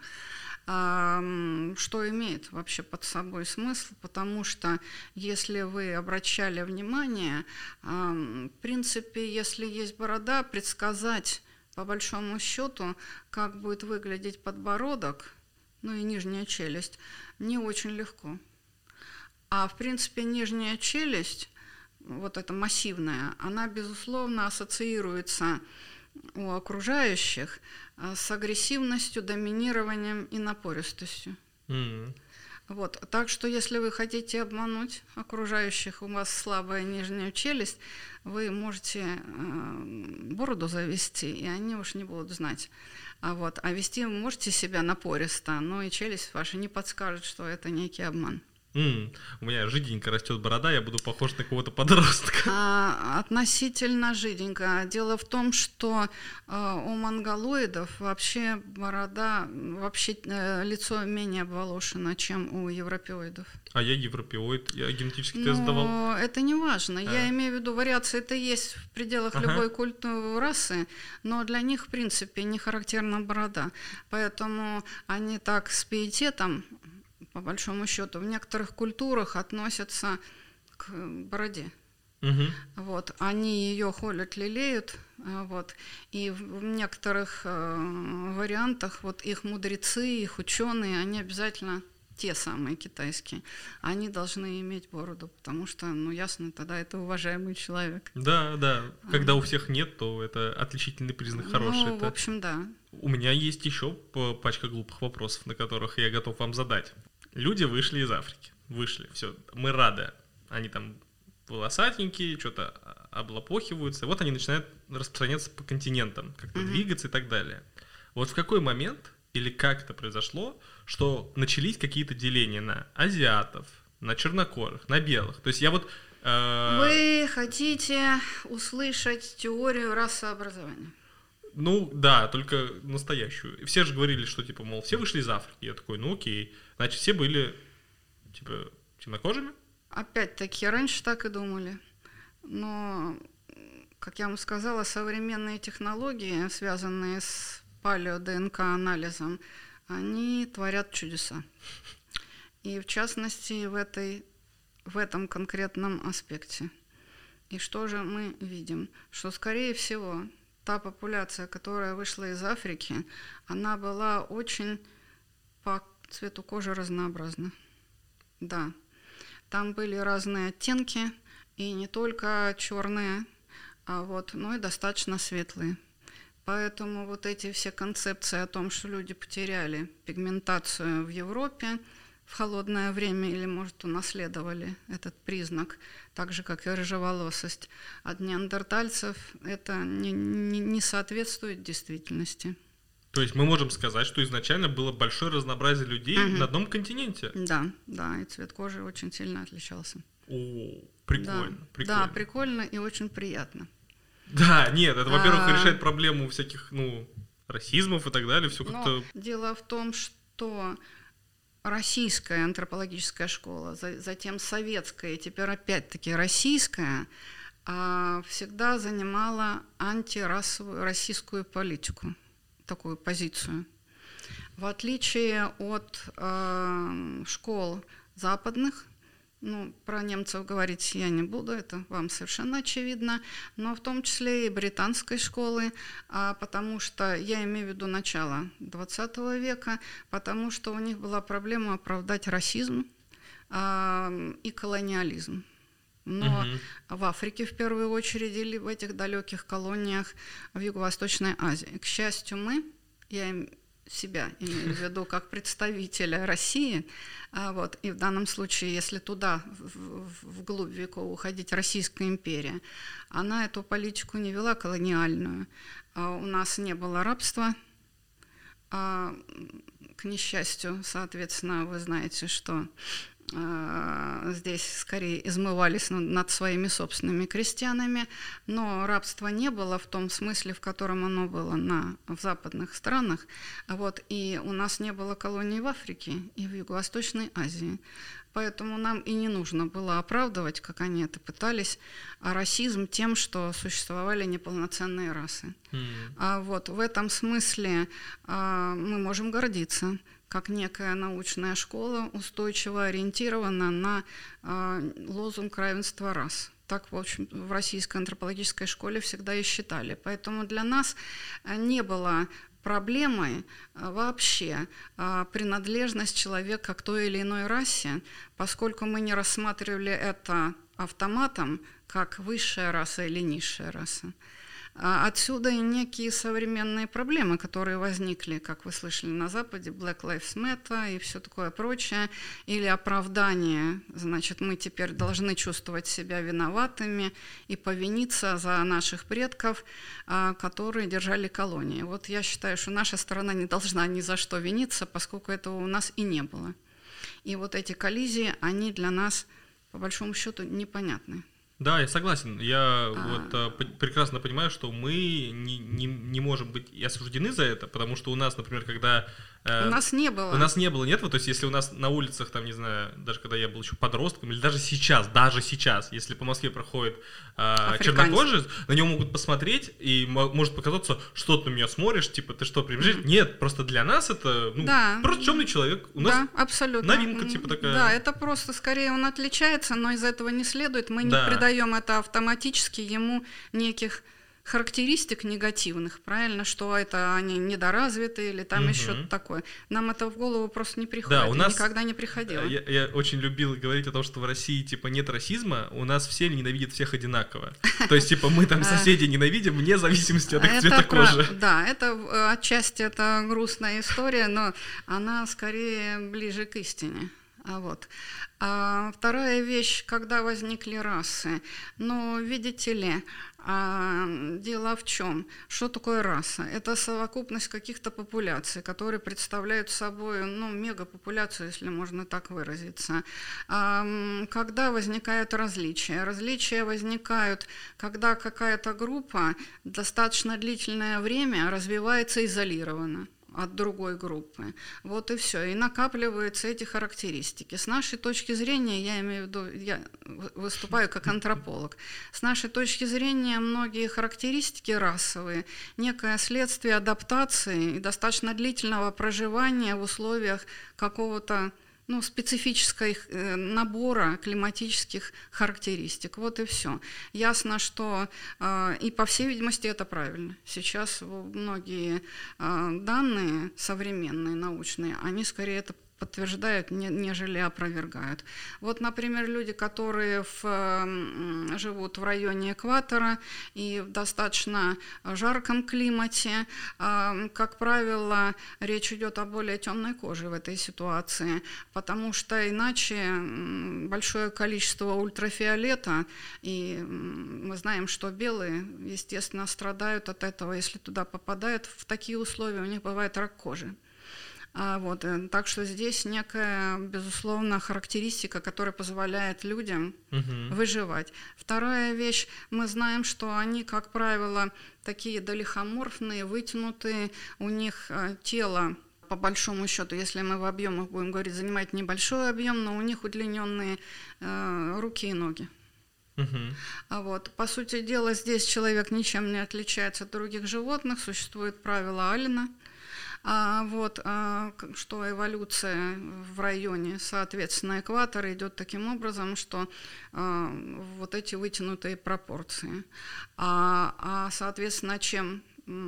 Что имеет вообще под собой смысл, потому что, если вы обращали внимание, в принципе, если есть борода, предсказать по большому счету, как будет выглядеть подбородок, ну и нижняя челюсть, не очень легко. А в принципе нижняя челюсть, вот эта массивная, она, безусловно, ассоциируется у окружающих с агрессивностью, доминированием и напористостью. Mm-hmm. Вот. Так что, если вы хотите обмануть окружающих, у вас слабая нижняя челюсть, вы можете э, бороду завести, и они уж не будут знать. А, вот. а вести вы можете себя напористо, но и челюсть ваша не подскажет, что это некий обман. М, у меня жиденько растет борода, я буду похож на кого-то подростка. А, относительно жиденько. Дело в том, что а, у монголоидов вообще борода, вообще э, лицо менее обволошено, чем у европеоидов. А я европеоид, я генетический тест Но сдавал. это не важно. А. Я имею в виду, вариации это есть в пределах Ага. любой культуры расы, но для них, в принципе, не характерна борода. Поэтому они так с пиететом, по большому счету, в некоторых культурах относятся к бороде. Мгм. Вот, они ее холят, лелеют, а, вот, и в в некоторых э, вариантах вот их мудрецы, их ученые, они обязательно те самые китайские, они должны иметь бороду, потому что, ну ясно, тогда это уважаемый человек. Да, да. Когда у всех нет, то это отличительный признак хороший. Ну, в Это- общем, да. У меня есть еще п- пачка глупых вопросов, на которых я готов вам задать. Люди вышли из Африки. Вышли, все, мы рады. Они там волосатенькие, что-то облапохиваются. Вот они начинают распространяться по континентам, как-то Мгм. двигаться и так далее. Вот в какой момент или как это произошло, что начались какие-то деления на азиатов, на чернокожих, на белых? То есть я вот... э, Вы хотите услышать теорию расообразования? Ну, да, только настоящую. Все же говорили, что, типа, мол, все вышли из Африки. Я такой, ну окей. Значит, все были, типа, темнокожими? Опять-таки, раньше так и думали. Но, как я вам сказала, современные технологии, связанные с палео-ДНК-анализом, они творят чудеса. И в частности, в, этой, в этом конкретном аспекте. И что же мы видим? Что, скорее всего, та популяция, которая вышла из Африки, она была очень по цвету кожи разнообразна. Да. Там были разные оттенки, и не только черные, а вот, но и достаточно светлые. Поэтому вот эти все концепции о том, что люди потеряли пигментацию в Европе в холодное время или, может, унаследовали этот признак, так же, как и рыжеволосость, от неандертальцев, это не, не, не соответствует действительности. То есть мы можем сказать, что изначально было большое разнообразие людей Мгм. на одном континенте. Да, да, и цвет кожи очень сильно отличался. О, прикольно, Да, прикольно. да, прикольно и очень приятно. Да, нет, это, во-первых, А. решает проблему всяких, ну, расизмов и так далее, все Но как-то... дело в том, что российская антропологическая школа, за- затем советская, и теперь опять-таки российская, а, всегда занимала антирасовую российскую политику, такую позицию. В отличие от э, школ западных, ну, про немцев говорить я не буду, это вам совершенно очевидно, но в том числе и британской школы, а, потому что я имею в виду начало двадцатого века, потому что у них была проблема оправдать расизм а, и колониализм. Но Мгм. в Африке в первую очередь или в этих далеких колониях в Юго-Восточной Азии. К счастью, мы, я им- себя имею в виду как представителя России, а вот, и в данном случае, если туда, в- в- вглубь веков уходить, Российская империя, она эту политику не вела колониальную. А у нас не было рабства, а, к несчастью, соответственно, вы знаете, что а, здесь скорее измывались над, над своими собственными крестьянами, но рабства не было в том смысле, в котором оно было на, в западных странах. Вот, и у нас не было колоний в Африке и в Юго-Восточной Азии. Поэтому нам и не нужно было оправдывать, как они это пытались, а расизм тем, что существовали неполноценные расы. М. А вот в этом смысле а, мы можем гордиться, как некая научная школа, устойчиво ориентирована на а, лозунг равенства рас. Так, в общем, в российской антропологической школе всегда и считали. Поэтому для нас а, не было проблемой а, вообще а, принадлежность человека к той или иной расе, поскольку мы не рассматривали это автоматом как высшая раса или низшая раса. А Отсюда и некие современные проблемы, которые возникли, как вы слышали на Западе, Black Lives Matter и все такое прочее, или оправдание, значит, мы теперь должны чувствовать себя виноватыми и повиниться за наших предков, а, которые держали колонии. Вот я считаю, что наша страна не должна ни за что виниться, поскольку этого у нас и не было. И вот эти коллизии, они для нас, по большому счету, непонятны. Да, я согласен. Я а... вот а, прекрасно понимаю, что мы не, не, не можем быть и осуждены за это, потому что у нас, например, когда... Э, у нас не было. У нас не было, нет, вот, то есть если у нас на улицах, там, не знаю, даже когда я был еще подростком, или даже сейчас, даже сейчас, если по Москве проходит э, чернокожий, на него могут посмотреть, и может показаться, что ты на меня смотришь, типа, ты что, приезжаешь? Mm-hmm. Нет, просто для нас это, ну, да. просто темный человек. У нас да, абсолютно. Новинка, типа, такая. Да, это просто, скорее, он отличается, но из этого не следует. Мы да. не придаем это автоматически ему неких характеристик негативных, правильно, что это они недоразвиты или там угу. еще что-то такое. Нам это в голову просто не приходит, да, у нас, никогда не приходило. Я, я очень любил говорить о том, что в России типа нет расизма, у нас все ненавидят всех одинаково. То есть типа мы там соседей ненавидим вне зависимости от их цвета кожи. Да, это отчасти это грустная история, но она скорее ближе к истине. А вот. А вторая вещь, когда возникли расы. Ну, видите ли, а, дело в чем? Что такое раса? Это совокупность каких-то популяций, которые представляют собой, ну, мегапопуляцию, если можно так выразиться. А, когда возникают различия? Различия возникают, когда какая-то группа достаточно длительное время развивается изолированно от другой группы. Вот и все. И накапливаются эти характеристики. С нашей точки зрения, я имею в виду, я выступаю как антрополог, с нашей точки зрения многие характеристики расовые, некое следствие адаптации и достаточно длительного проживания в условиях какого-то ну, специфического набора климатических характеристик. Вот и все. Ясно, что, и по всей видимости, это правильно. Сейчас многие данные современные, научные, они скорее это подтверждают, нежели опровергают. Вот, например, люди, которые в, живут в районе экватора и в достаточно жарком климате, как правило, речь идет о более темной коже в этой ситуации, потому что иначе большое количество ультрафиолета, и мы знаем, что белые, естественно, страдают от этого, если туда попадают, в такие условия у них бывает рак кожи. А вот, так что здесь некая, безусловно, характеристика, которая позволяет людям uh-huh. выживать. Вторая вещь, мы знаем, что они, как правило, такие долихоморфные, вытянутые, у них тело, по большому счету, если мы в объемах будем говорить, занимает небольшой объем, но у них удлиненные э, руки и ноги. Uh-huh. А вот, по сути дела, здесь человек ничем не отличается от других животных, существует правило Аллена. А вот, а, что эволюция в районе, соответственно, экватора идет таким образом, что а, вот эти вытянутые пропорции. А, а соответственно, чем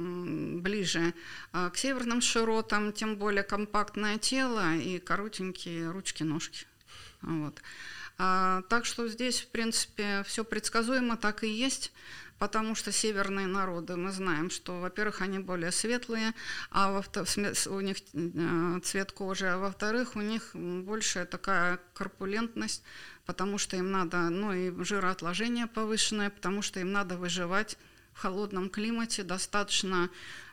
ближе а, к северным широтам, тем более компактное тело и коротенькие ручки-ножки. Вот. А, так что здесь, в принципе, все предсказуемо, так и есть. Потому что северные народы, мы знаем, что, во-первых, они более светлые, а во-вторых, у них цвет кожи, а во-вторых, у них большая такая корпулентность, потому что им надо, ну и жироотложение повышенное, потому что им надо выживать в холодном климате, достаточно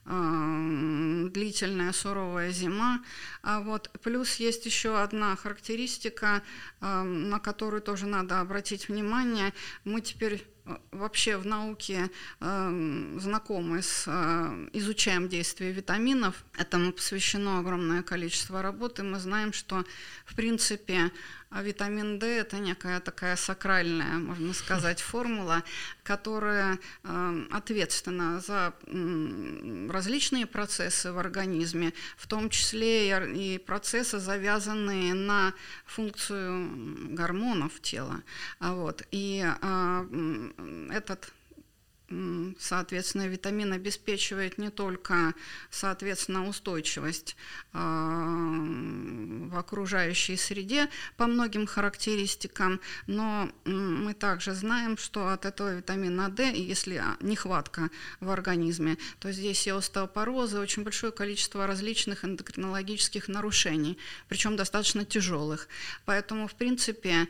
э, длительная суровая зима. А вот, плюс есть еще одна характеристика, э, на которую тоже надо обратить внимание. Мы теперь вообще в науке э, знакомы с, э, изучаем действие витаминов, этому посвящено огромное количество работы. Мы знаем, что в принципе витамин D – это некая такая сакральная, можно сказать, формула, которая э, ответственна за э, различные процессы в организме, в том числе и, и процессы, завязанные на функцию гормонов тела. Вот. И э, этот, соответственно, витамин обеспечивает не только, соответственно, устойчивость э, в окружающей среде по многим характеристикам, но мы также знаем, что от этого витамина D, если нехватка в организме, то здесь и остеопорозы, очень большое количество различных эндокринологических нарушений, причем достаточно тяжелых. Поэтому, в принципе,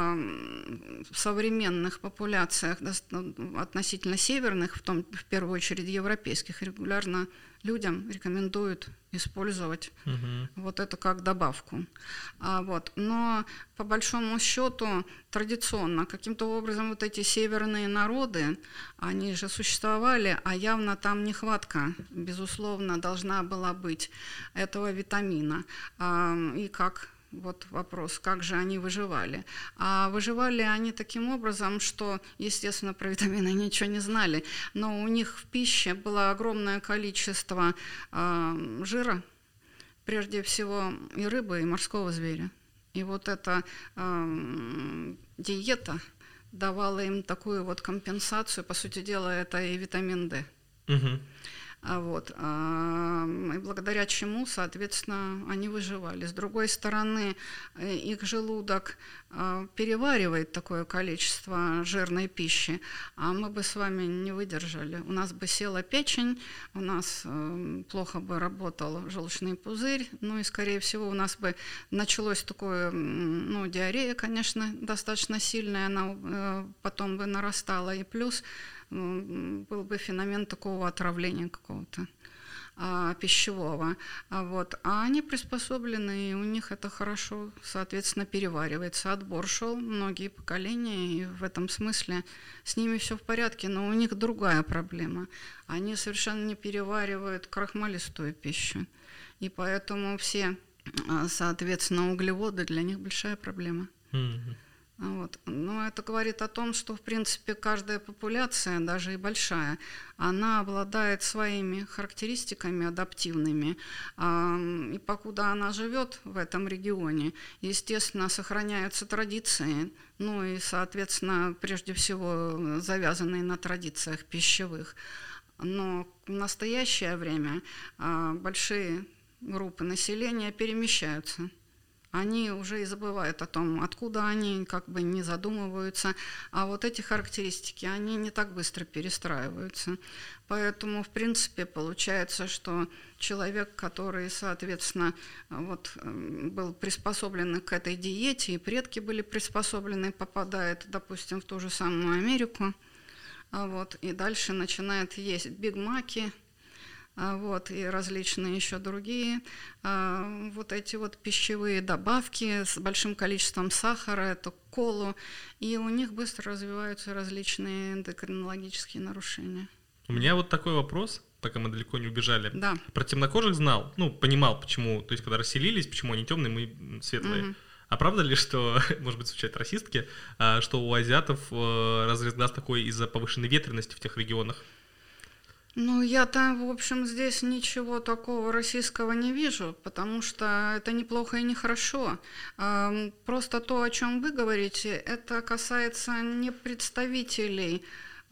э, в современных популяциях относительно северных, в, том, в первую очередь европейских, регулярно людям рекомендуют использовать угу. вот это как добавку. А, вот. Но по большому счету традиционно каким-то образом вот эти северные народы, они же существовали, а явно там нехватка, безусловно, должна была быть этого витамина. А, и как... Вот вопрос, как же они выживали. А выживали они таким образом, что, естественно, про витамины ничего не знали, но у них в пище было огромное количество э, жира, прежде всего и рыбы, и морского зверя. И вот эта э, диета давала им такую вот компенсацию, по сути дела, это и витамин D. Угу. Вот. И благодаря чему, соответственно, они выживали. С другой стороны, их желудок переваривает такое количество жирной пищи, а мы бы с вами не выдержали. У нас бы села печень, у нас плохо бы работал желчный пузырь, ну и, скорее всего, у нас бы началось такое, ну, диарея, конечно, достаточно сильная, она потом бы нарастала, и плюс был бы феномен такого отравления какого-то а, пищевого. А, вот. а они приспособлены, и у них это хорошо, соответственно, переваривается. Отбор шел многие поколения, и в этом смысле с ними все в порядке, но у них другая проблема. Они совершенно не переваривают крахмалистую пищу, и поэтому все, соответственно, углеводы для них большая проблема. Mm-hmm. Вот. Но это говорит о том, что, в принципе, каждая популяция, даже и большая, она обладает своими характеристиками адаптивными. И покуда она живет в этом регионе, естественно, сохраняются традиции, ну и, соответственно, прежде всего, завязанные на традициях пищевых. Но в настоящее время большие группы населения перемещаются. Они уже и забывают о том, откуда они, как бы не задумываются. А вот эти характеристики, они не так быстро перестраиваются. Поэтому, в принципе, получается, что человек, который, соответственно, вот, был приспособлен к этой диете, и предки были приспособлены, попадает, допустим, в ту же самую Америку, вот, и дальше начинает есть бигмаки, вот, и различные еще другие а, вот эти вот пищевые добавки с большим количеством сахара, это колу, и у них быстро развиваются различные эндокринологические нарушения. У меня вот такой вопрос, пока мы далеко не убежали. Да. Про темнокожих знал, ну, понимал, почему, то есть, когда расселились, почему они темные, мы светлые. Угу. А правда ли, что, может быть, звучат расистки, что у азиатов разрез глаз такой из-за повышенной ветренности в тех регионах? Ну, я-то, в общем, здесь ничего такого российского не вижу, потому что это неплохо и нехорошо. Просто то, о чем вы говорите, это касается не представителей,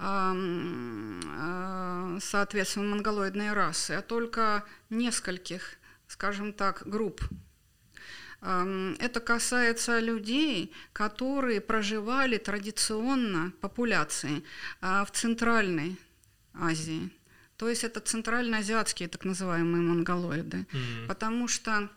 соответственно, монголоидной расы, а только нескольких, скажем так, групп. Это касается людей, которые проживали традиционно, популяции, в Центральной Азии. То есть это центральноазиатские так называемые монголоиды, mm-hmm. потому что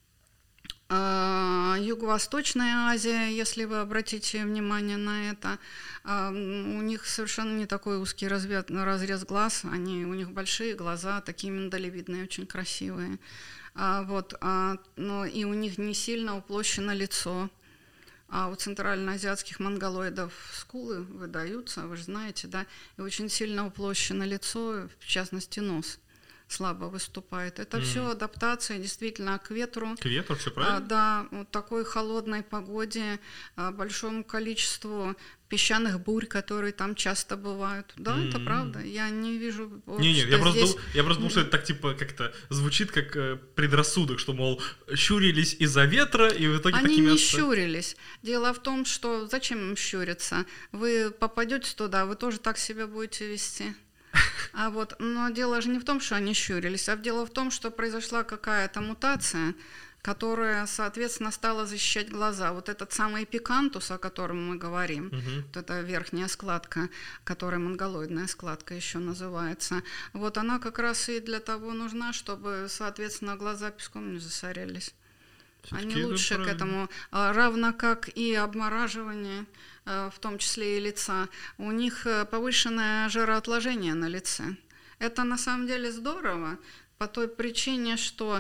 э, Юго-Восточная Азия, если вы обратите внимание на это, э, у них совершенно не такой узкий разрез, разрез глаз, они, у них большие глаза, такие миндалевидные, очень красивые, а, вот, а, но и у них не сильно уплощено лицо. А у центральноазиатских монголоидов скулы выдаются, вы же знаете, да, и очень сильно уплощено лицо, в частности нос слабо выступает. Это mm. все адаптация действительно к ветру. К ветру, все правильно? А, да, вот такой холодной погоде, а, большому количеству песчаных бурь, которые там часто бывают. Да, mm-hmm. это правда. Я не вижу... Не, не, я просто, здесь... я просто думал, что это так типа как-то звучит как э, предрассудок, что, мол, щурились из-за ветра, и в итоге Они такими... не оста... щурились. Дело в том, что зачем им щуриться? Вы попадете туда, вы тоже так себя будете вести. А вот, но дело же не в том, что они щурились, а дело в том, что произошла какая-то мутация, которая, соответственно, стала защищать глаза. Вот этот самый пикантус, о котором мы говорим, uh-huh. вот эта верхняя складка, которая монголоидная складка еще называется, вот она как раз и для того нужна, чтобы, соответственно, глаза песком не засорялись. Все-таки они лучше к этому, равно как и обмораживание, в том числе и лица. У них повышенное жироотложение на лице. Это на самом деле здорово, По той причине, что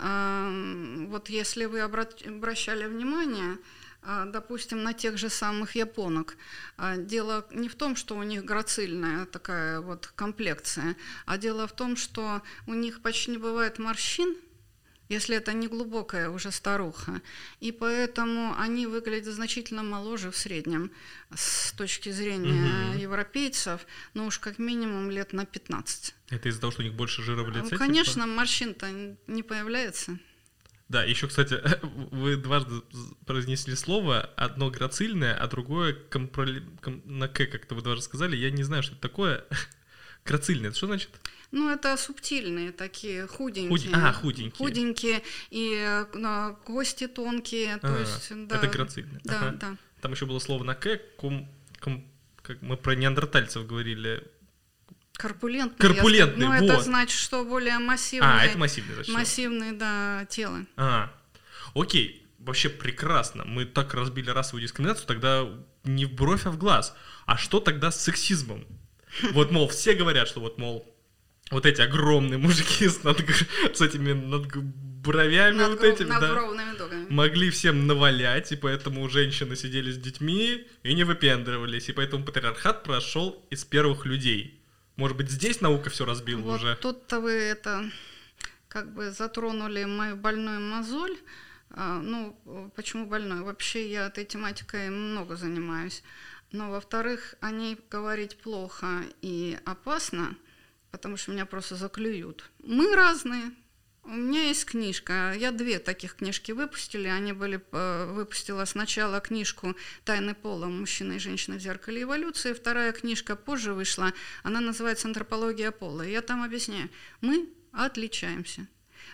э, вот если вы обращали внимание, э, допустим, на тех же самых японок, э, дело не в том, что у них грацильная такая вот комплекция, а дело в том, что у них почти не бывает морщин, если это не глубокая уже старуха. И поэтому они выглядят значительно моложе в среднем с точки зрения угу. европейцев, но уж как минимум лет на пятнадцать. Это из-за того, что у них больше жира в лице? Ну, конечно, типа? Морщин-то не появляется. Да, еще, кстати, вы дважды произнесли слово, одно грацильное, а другое компроли... ком... на «к» как-то вы дважды сказали. Я не знаю, что это такое. Грацильное, это что значит? Ну, это субтильные такие, худенькие. Худ... А, худенькие. Худенькие и ну, кости тонкие. То а, есть, да. Это грацильное. Да, ага. да. Там еще было слово на «к», ком... Ком... как мы про неандертальцев говорили. Корпулентный. Корпулентный, ну, вот. это значит, что более массивные. А, это массивные, значит. Массивные, да, тело. А, окей. Вообще прекрасно. Мы так разбили расовую дискриминацию, тогда не в бровь, а в глаз. А что тогда с сексизмом? Вот, мол, все говорят, что вот, мол, вот эти огромные мужики с, над... с этими над... бровями над... вот этими, да, могли всем навалять, и поэтому женщины сидели с детьми и не выпендривались, и поэтому патриархат прошел из первых людей. Может быть, здесь наука все разбила вот уже? Тут-то вы это как бы затронули мою больную мозоль. А, ну, почему больной? Вообще я этой тематикой много занимаюсь. Но, во-вторых, о ней говорить плохо и опасно, потому что меня просто заклюют. Мы разные. У меня есть книжка. Я две таких книжки выпустили. Они были, выпустила сначала книжку «Тайны пола. Мужчина и женщина в зеркале эволюции». Вторая книжка позже вышла. Она называется «Антропология пола». И я там объясняю. Мы отличаемся.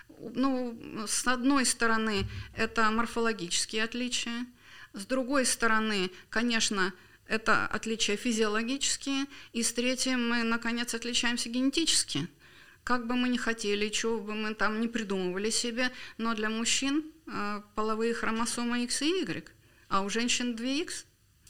Ну, с одной стороны, это морфологические отличия. С другой стороны, конечно, это отличия физиологические. И с третьей мы, наконец, отличаемся генетически. Как бы мы ни хотели, чего бы мы там не придумывали себе, но для мужчин э, половые хромосомы X и Y, а у женщин две икс.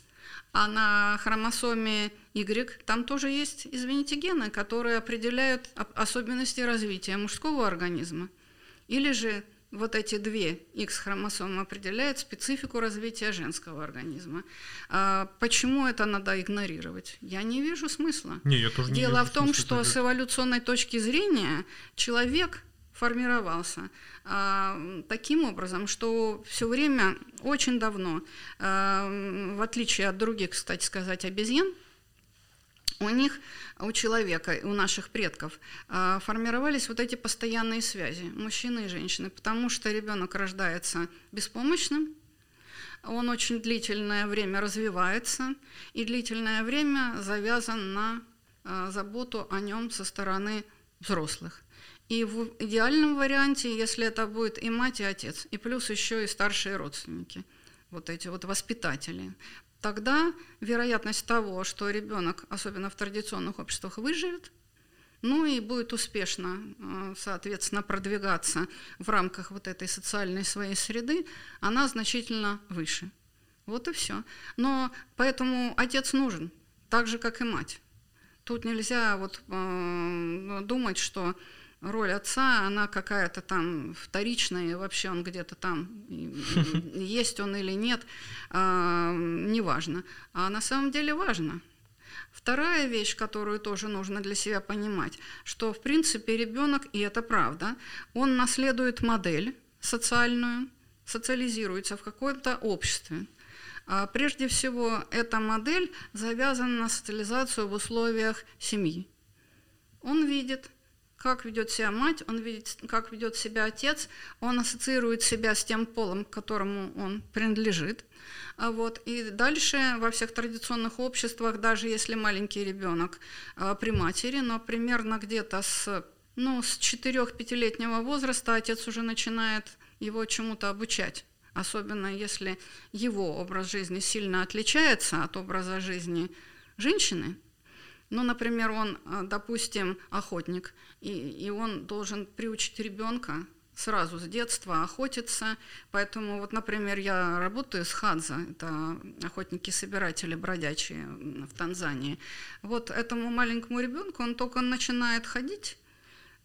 А на хромосоме Y там тоже есть, извините, гены, которые определяют особенности развития мужского организма. Или же вот эти две X-хромосомы определяют специфику развития женского организма. А почему это надо игнорировать? Я не вижу смысла. Не, я тоже не Дело вижу в том, смысла, что это... с эволюционной точки зрения человек формировался а, таким образом, что все время, очень давно, а, в отличие от других, кстати сказать, обезьян, у них, у человека, у наших предков формировались вот эти постоянные связи мужчины и женщины, потому что ребенок рождается беспомощным, он очень длительное время развивается и длительное время завязан на заботу о нем со стороны взрослых. И в идеальном варианте, если это будет и мать, и отец, и плюс еще и старшие родственники, вот эти вот воспитатели, тогда вероятность того, что ребенок, особенно в традиционных обществах, выживет, ну и будет успешно, соответственно, продвигаться в рамках вот этой социальной своей среды, она значительно выше. Вот и все. Но поэтому отец нужен, так же, как и мать. Тут нельзя вот э, думать, что роль отца, она какая-то там вторичная, и вообще он где-то там, есть он или нет, неважно. А на самом деле важно. Вторая вещь, которую тоже нужно для себя понимать, что в принципе ребенок, и это правда, он наследует модель социальную, социализируется в каком-то обществе. Прежде всего, эта модель завязана на социализацию в условиях семьи. Он видит, как ведет себя мать, он видит, как ведет себя отец, он ассоциирует себя с тем полом, к которому он принадлежит. Вот. И дальше во всех традиционных обществах, даже если маленький ребенок при матери, но примерно где-то с, ну, с четырёх-пятилетнего возраста отец уже начинает его чему-то обучать. Особенно если его образ жизни сильно отличается от образа жизни женщины. Ну, например, он, допустим, охотник, и, и он должен приучить ребенка сразу с детства охотиться. Поэтому, вот, например, я работаю с Хадза, это охотники-собиратели бродячие в Танзании. Вот этому маленькому ребенку, он только начинает ходить,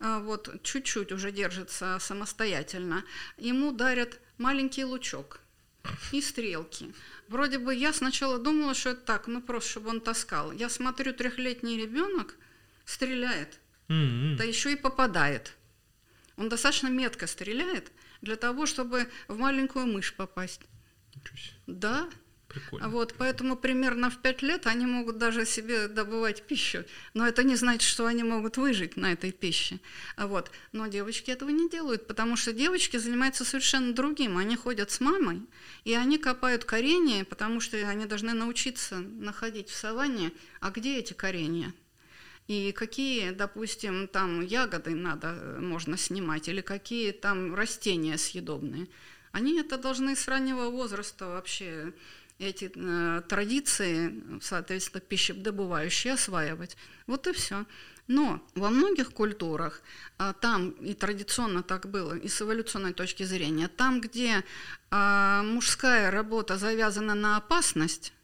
вот чуть-чуть уже держится самостоятельно, ему дарят маленький лучок и стрелки. Вроде бы я сначала думала, что это так, ну просто чтобы он таскал. Я смотрю, трехлетний ребенок стреляет, Mm-hmm. да еще и попадает. Он достаточно метко стреляет для того, чтобы в маленькую мышь попасть. Ничего себе. Да. Прикольно. Вот, поэтому примерно в пять лет они могут даже себе добывать пищу, но это не значит, что они могут выжить на этой пище. Вот. Но девочки этого не делают, потому что девочки занимаются совершенно другим. Они ходят с мамой, и они копают коренья, потому что они должны научиться находить в саванне, а где эти коренья? И какие, допустим, там ягоды надо, можно снимать, или какие там растения съедобные. Они это должны с раннего возраста вообще... эти э, традиции, соответственно, пищедобывающие осваивать. Вот и все. Но во многих культурах, а, там и традиционно так было, и с эволюционной точки зрения, там, где а, мужская работа завязана на опасность,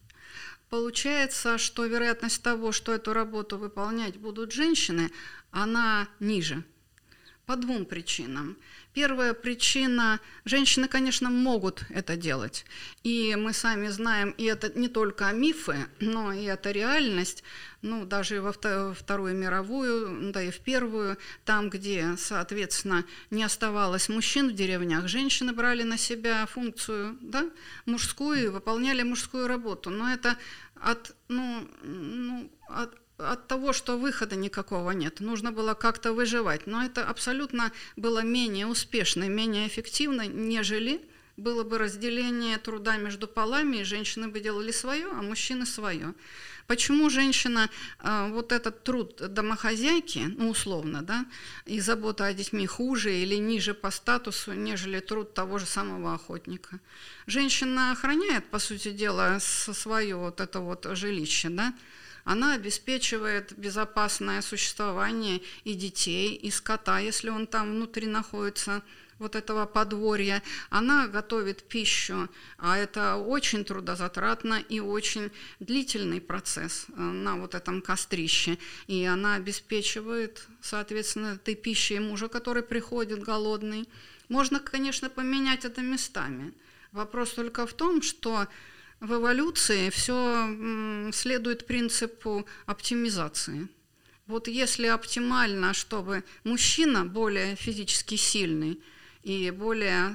получается, что вероятность того, что эту работу выполнять будут женщины, она ниже. По двум причинам. Первая причина – женщины, конечно, могут это делать. И мы сами знаем, и это не только мифы, но и это реальность. Ну, даже во Вторую мировую, да и в Первую, там, где, соответственно, не оставалось мужчин в деревнях, женщины брали на себя функцию, да, мужскую и выполняли мужскую работу. Но это от, ну, ну, от от того, что выхода никакого нет. Нужно было как-то выживать. Но это абсолютно было менее успешно, менее эффективно, нежели было бы разделение труда между полами, и женщины бы делали свое, а мужчины свое. Почему женщина, вот этот труд домохозяйки, ну, условно, да, и забота о детьми хуже или ниже по статусу, нежели труд того же самого охотника? Женщина охраняет, по сути дела, свое вот это вот жилище, да, она обеспечивает безопасное существование и детей, и скота, если он там внутри находится, вот этого подворья. Она готовит пищу, а это очень трудозатратно и очень длительный процесс на вот этом кострище. И она обеспечивает, соответственно, этой пищей мужа, который приходит голодный. Можно, конечно, поменять это местами. Вопрос только в том, что в эволюции все следует принципу оптимизации. Вот если оптимально, чтобы мужчина более физически сильный и более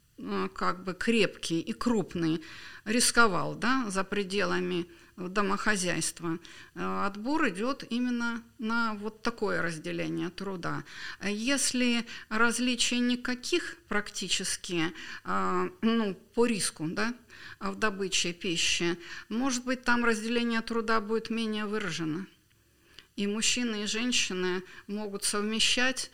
как бы крепкий и крупный рисковал, да, за пределами домохозяйства, отбор идет именно на вот такое разделение труда. Если различий никаких практически, ну, по риску, да, в добыче пищи, может быть, там разделение труда будет менее выражено. И мужчины, и женщины могут совмещать,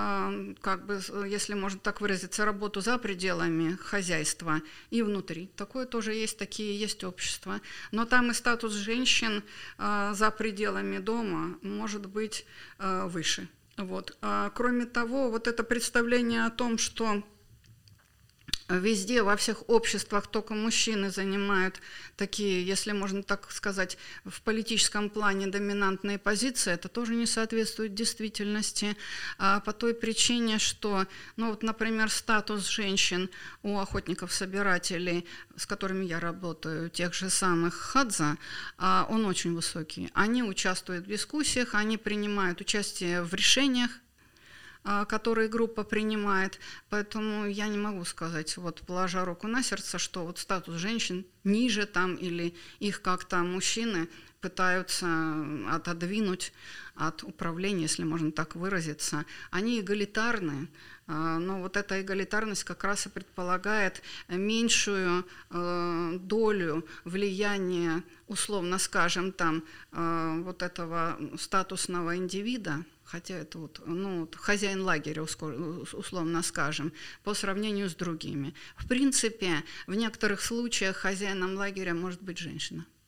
как бы, если можно так выразиться, работу за пределами хозяйства и внутри. Такое тоже есть, такие есть общества. Но там и статус женщин за пределами дома может быть выше. Вот. Кроме того, вот это представление о том, что везде, во всех обществах только мужчины занимают такие, если можно так сказать, в политическом плане доминантные позиции, это тоже не соответствует действительности, а по той причине, что, ну вот, например, статус женщин у охотников-собирателей, с которыми я работаю, тех же самых хадза, он очень высокий. Они участвуют в дискуссиях, они принимают участие в решениях, которые группа принимает. Поэтому я не могу сказать, вот положа руку на сердце, что вот статус женщин ниже там или их как-то мужчины пытаются отодвинуть от управления, если можно так выразиться. Они эгалитарны, но вот эта эгалитарность как раз и предполагает меньшую долю влияния, условно скажем, там, вот этого статусного индивида, хотя это вот, ну, хозяин лагеря, условно скажем, по сравнению с другими. В принципе, в некоторых случаях хозяином лагеря может быть женщина.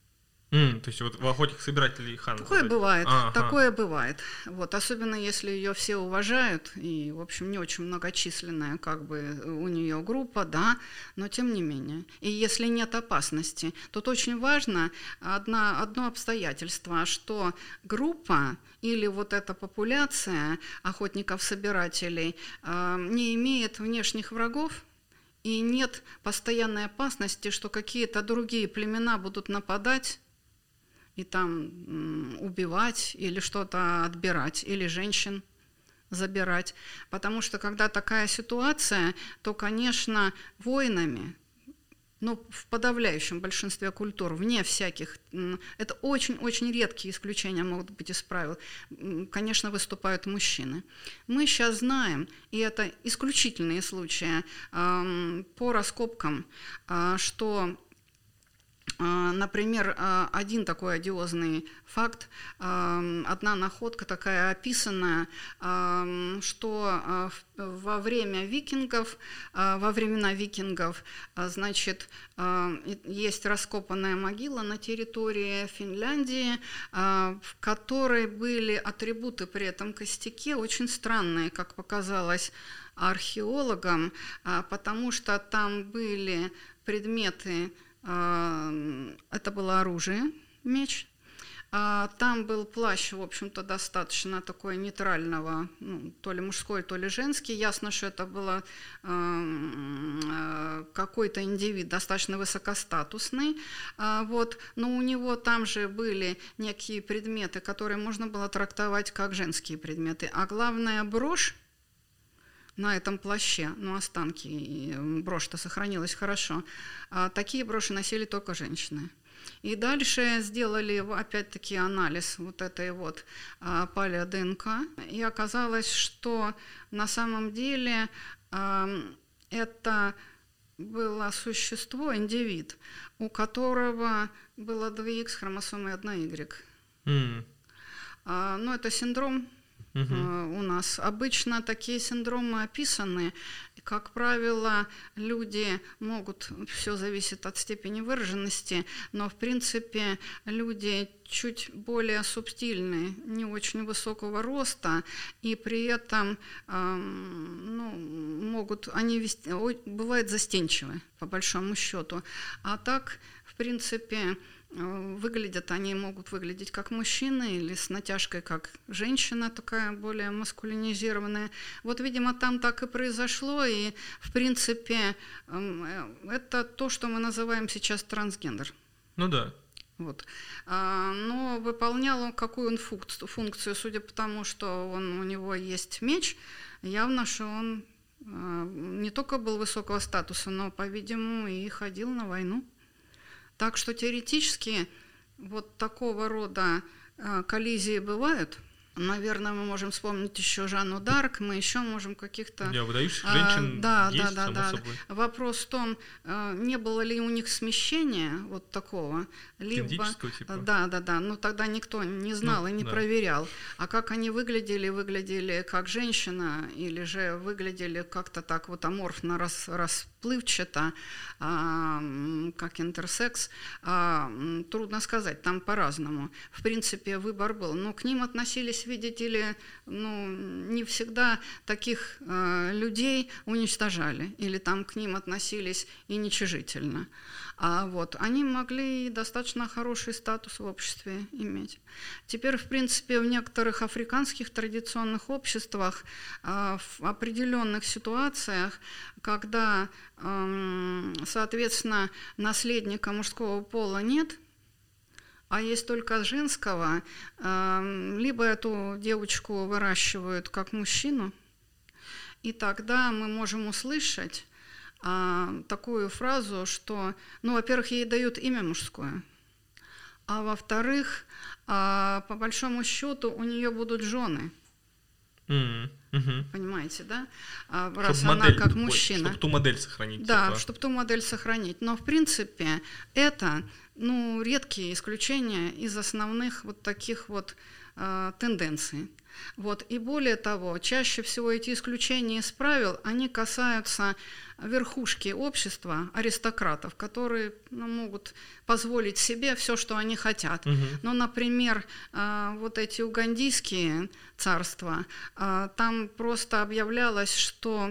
Mm, то есть вот в охотниках собирателей хан. Такое вот бывает, ага. такое бывает. Вот, особенно если ее все уважают, и, в общем, не очень многочисленная как бы у нее группа, да, но тем не менее. И если нет опасности, тут очень важно одно, одно обстоятельство, что группа или вот эта популяция охотников-собирателей э, не имеет внешних врагов, и нет постоянной опасности, что какие-то другие племена будут нападать и там убивать или что-то отбирать, или женщин забирать. Потому что когда такая ситуация, то, конечно, войнами, но в подавляющем большинстве культур, вне всяких, это очень-очень редкие исключения могут быть из правил, конечно, выступают мужчины. Мы сейчас знаем, и это исключительные случаи, по раскопкам, что... Например, один такой одиозный факт, одна находка такая описанная, что во время викингов, во времена викингов, значит, есть раскопанная могила на территории Финляндии, в которой были атрибуты при этом костяке очень странные, как показалось археологам, потому что там были предметы. Это было оружие, меч. Там был плащ, в общем-то, достаточно такой нейтрального, ну, то ли мужской, то ли женский. Ясно, что это был какой-то индивид достаточно высокостатусный. Вот. Но у него там же были некие предметы, которые можно было трактовать как женские предметы. А главное, брошь на этом плаще, ну, останки, брошь-то сохранилась хорошо, а такие броши носили только женщины. И дальше сделали, опять-таки, анализ вот этой вот а, палео-ДНК, и оказалось, что на самом деле а, это было существо, индивид, у которого было два икс хромосомы и одна игрек. Mm. А, ну, это синдром. Uh-huh. У нас обычно такие синдромы описаны. Как правило, люди могут, все зависит от степени выраженности, но в принципе люди чуть более субтильные, не очень высокого роста, и при этом э, ну, могут, они вести, бывают застенчивы, по большому счету. А так, в принципе, выглядят, они могут выглядеть как мужчины или с натяжкой как женщина, такая более маскулинизированная. Вот, видимо, там так и произошло, и, в принципе, это то, что мы называем сейчас трансгендер. Ну да. Вот. Но выполнял он какую он функцию, судя по тому, что он, у него есть меч, явно, что он не только был высокого статуса, но, по-видимому, и ходил на войну. Так что теоретически вот такого рода э, коллизии бывают. Наверное, мы можем вспомнить еще Жанну Дарк, мы еще можем каких-то... Для выдающихся женщин а, да, есть, да, да, само да. собой. Вопрос в том, не было ли у них смещения вот такого, либо... типа. Да, да, да, но тогда никто не знал ну, и не да. проверял. А как они выглядели, выглядели как женщина, или же выглядели как-то так вот аморфно, рас, расплывчато, а, как интерсекс, а, трудно сказать, там по-разному. В принципе, выбор был, но к ним относились, видите ли, ну, не всегда таких э, людей уничтожали, или там к ним относились и ничижительно. А вот они могли достаточно хороший статус в обществе иметь. Теперь, в принципе, в некоторых африканских традиционных обществах, э, в определенных ситуациях, когда, э, соответственно, наследника мужского пола нет, а есть только женского, либо эту девочку выращивают как мужчину, и тогда мы можем услышать такую фразу, что, ну, во-первых, ей дают имя мужское, а во-вторых, по большому счету у нее будут жены. Mm-hmm. Mm-hmm. Понимаете, да? Раз чтобы она модель, как мужчина. Чтобы ту модель сохранить. Да, типа. чтобы ту модель сохранить. Но, в принципе, это, ну, редкие исключения из основных вот таких вот э, тенденции. Вот. И более того, чаще всего эти исключения из правил, они касаются верхушки общества, аристократов, которые ну, могут позволить себе все, что они хотят. Угу. Ну, например, э, вот эти угандийские царства, э, там просто объявлялось, что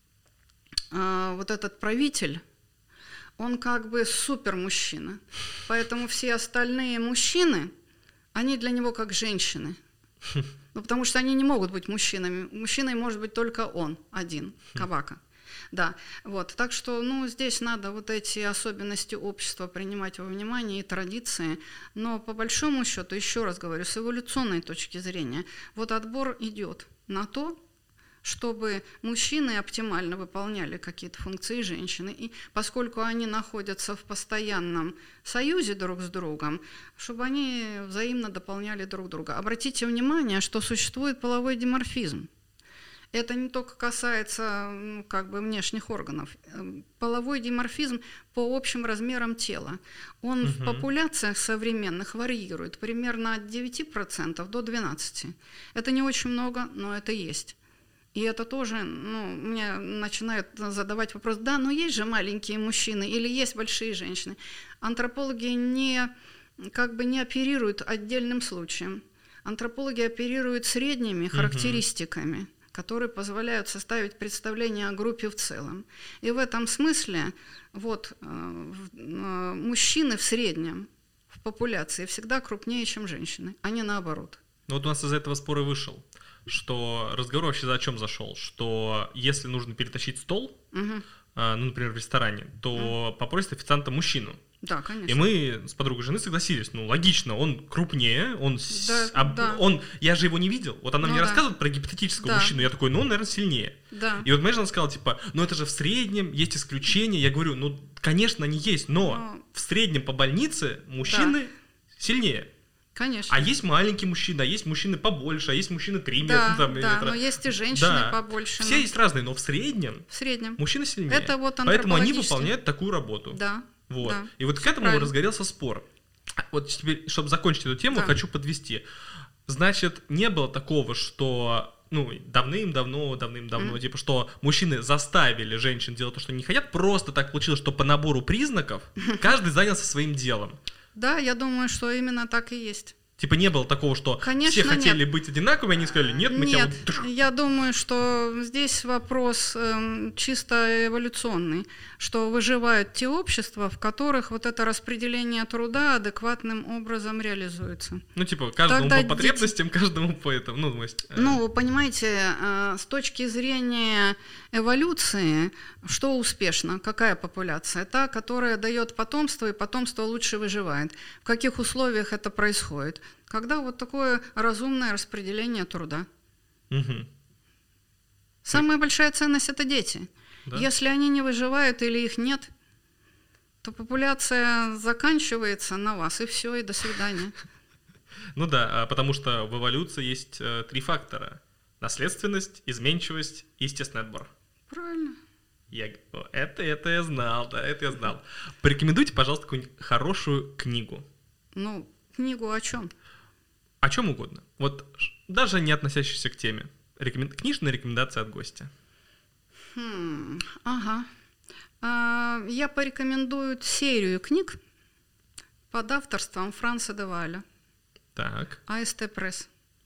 э, вот этот правитель, он как бы супермужчина. Поэтому все остальные мужчины, они для него как женщины. Ну, потому что они не могут быть мужчинами. Мужчиной может быть только он один, Кавака. Да, вот. Так что, ну, здесь надо вот эти особенности общества принимать во внимание и традиции. Но по большому счету, еще раз говорю, с эволюционной точки зрения, вот отбор идет на то, чтобы мужчины оптимально выполняли какие-то функции женщины. И поскольку они находятся в постоянном союзе друг с другом, чтобы они взаимно дополняли друг друга. Обратите внимание, что существует половой диморфизм. Это не только касается ну, как бы внешних органов. Половой диморфизм по общим размерам тела. Он угу. в популяциях современных варьирует примерно от девяти процентов до двенадцати процентов. Это не очень много, но это есть. И это тоже, ну, мне начинают задавать вопрос, да, но есть же маленькие мужчины или есть большие женщины. Антропологи не, как бы не оперируют отдельным случаем. Антропологи оперируют средними характеристиками, угу. которые позволяют составить представление о группе в целом. И в этом смысле вот, мужчины в среднем в популяции всегда крупнее, чем женщины, а не наоборот. Ну вот у нас из этого спор и вышел, что разговор вообще за о чем зашел, что если нужно перетащить стол, угу. ну, например, в ресторане, то угу. попросит официанта мужчину. Да, конечно. И мы с подругой жены согласились, ну, логично, он крупнее, он... Да, об, да. он я же его не видел, вот она ну, мне да. рассказывает про гипотетического да. мужчину, я такой, ну, он, наверное, сильнее. Да. И вот, понимаешь, она сказала, типа, ну, это же в среднем, есть исключения, я говорю, ну, конечно, они есть, но, но... в среднем по больнице мужчины да. сильнее. Конечно. А есть маленькие мужчины, а есть мужчины побольше, а есть мужчины три да, метра. Там, да, метра. Но есть и женщины да. побольше. Все но... есть разные, но в среднем, в среднем. мужчины сильнее. Это вот поэтому они выполняют такую работу. Да. Вот. Да. И вот к этому правильно. разгорелся спор. Вот теперь, чтобы закончить эту тему, да. хочу подвести. Значит, не было такого, что... Ну, давным-давно, давным-давно, mm-hmm. типа, что мужчины заставили женщин делать то, что они хотят, просто так получилось, что по набору признаков каждый занялся своим делом. Да, я думаю, что именно так и есть. Типа не было такого, что Конечно, все хотели нет. быть одинаковыми, они сказали, нет, мы нет, тебя... я думаю, что здесь вопрос э, чисто эволюционный, что выживают те общества, в которых вот это распределение труда адекватным образом реализуется. Ну, типа, каждому Тогда по потребностям, дети... каждому по этому, ну, то есть... Э... Ну, понимаете, э, с точки зрения эволюции, что успешно, какая популяция? Та, которая дает потомство, и потомство лучше выживает. В каких условиях это происходит? Когда вот такое разумное распределение труда. Угу. Самая большая ценность – это дети. Да? Если они не выживают или их нет, то популяция заканчивается на вас, и все, и до свидания. Ну да, потому что в эволюции есть э, три фактора. Наследственность, изменчивость и естественный отбор. Правильно. Я, это, это я знал, да, это я знал. Порекомендуйте, пожалуйста, какую-нибудь хорошую книгу. Ну, книгу о чем? О чем угодно. Вот даже не относящейся к теме. Рекомен... Книжная рекомендация от гостя. Хм, ага. А, я порекомендую серию книг под авторством Франца де Вааля. Так. АСТ Пресс.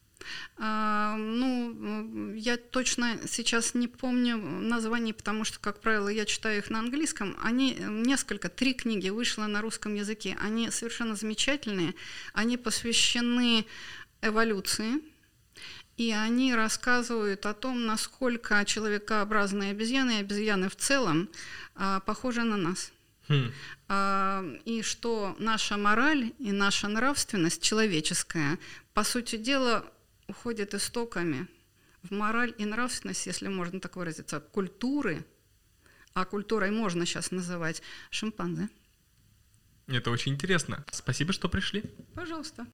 А, ну, я точно сейчас не помню названий, потому что, как правило, я читаю их на английском. Они несколько, три книги вышло на русском языке. Они совершенно замечательные. Они посвящены эволюции, и они рассказывают о том, насколько человекообразные обезьяны и обезьяны в целом а, похожи на нас. Хм. А, и что наша мораль и наша нравственность человеческая, по сути дела, уходит истоками в мораль и нравственность, если можно так выразиться, культуры, а культурой можно сейчас называть шимпанзе. Это очень интересно. Спасибо, что пришли. Пожалуйста.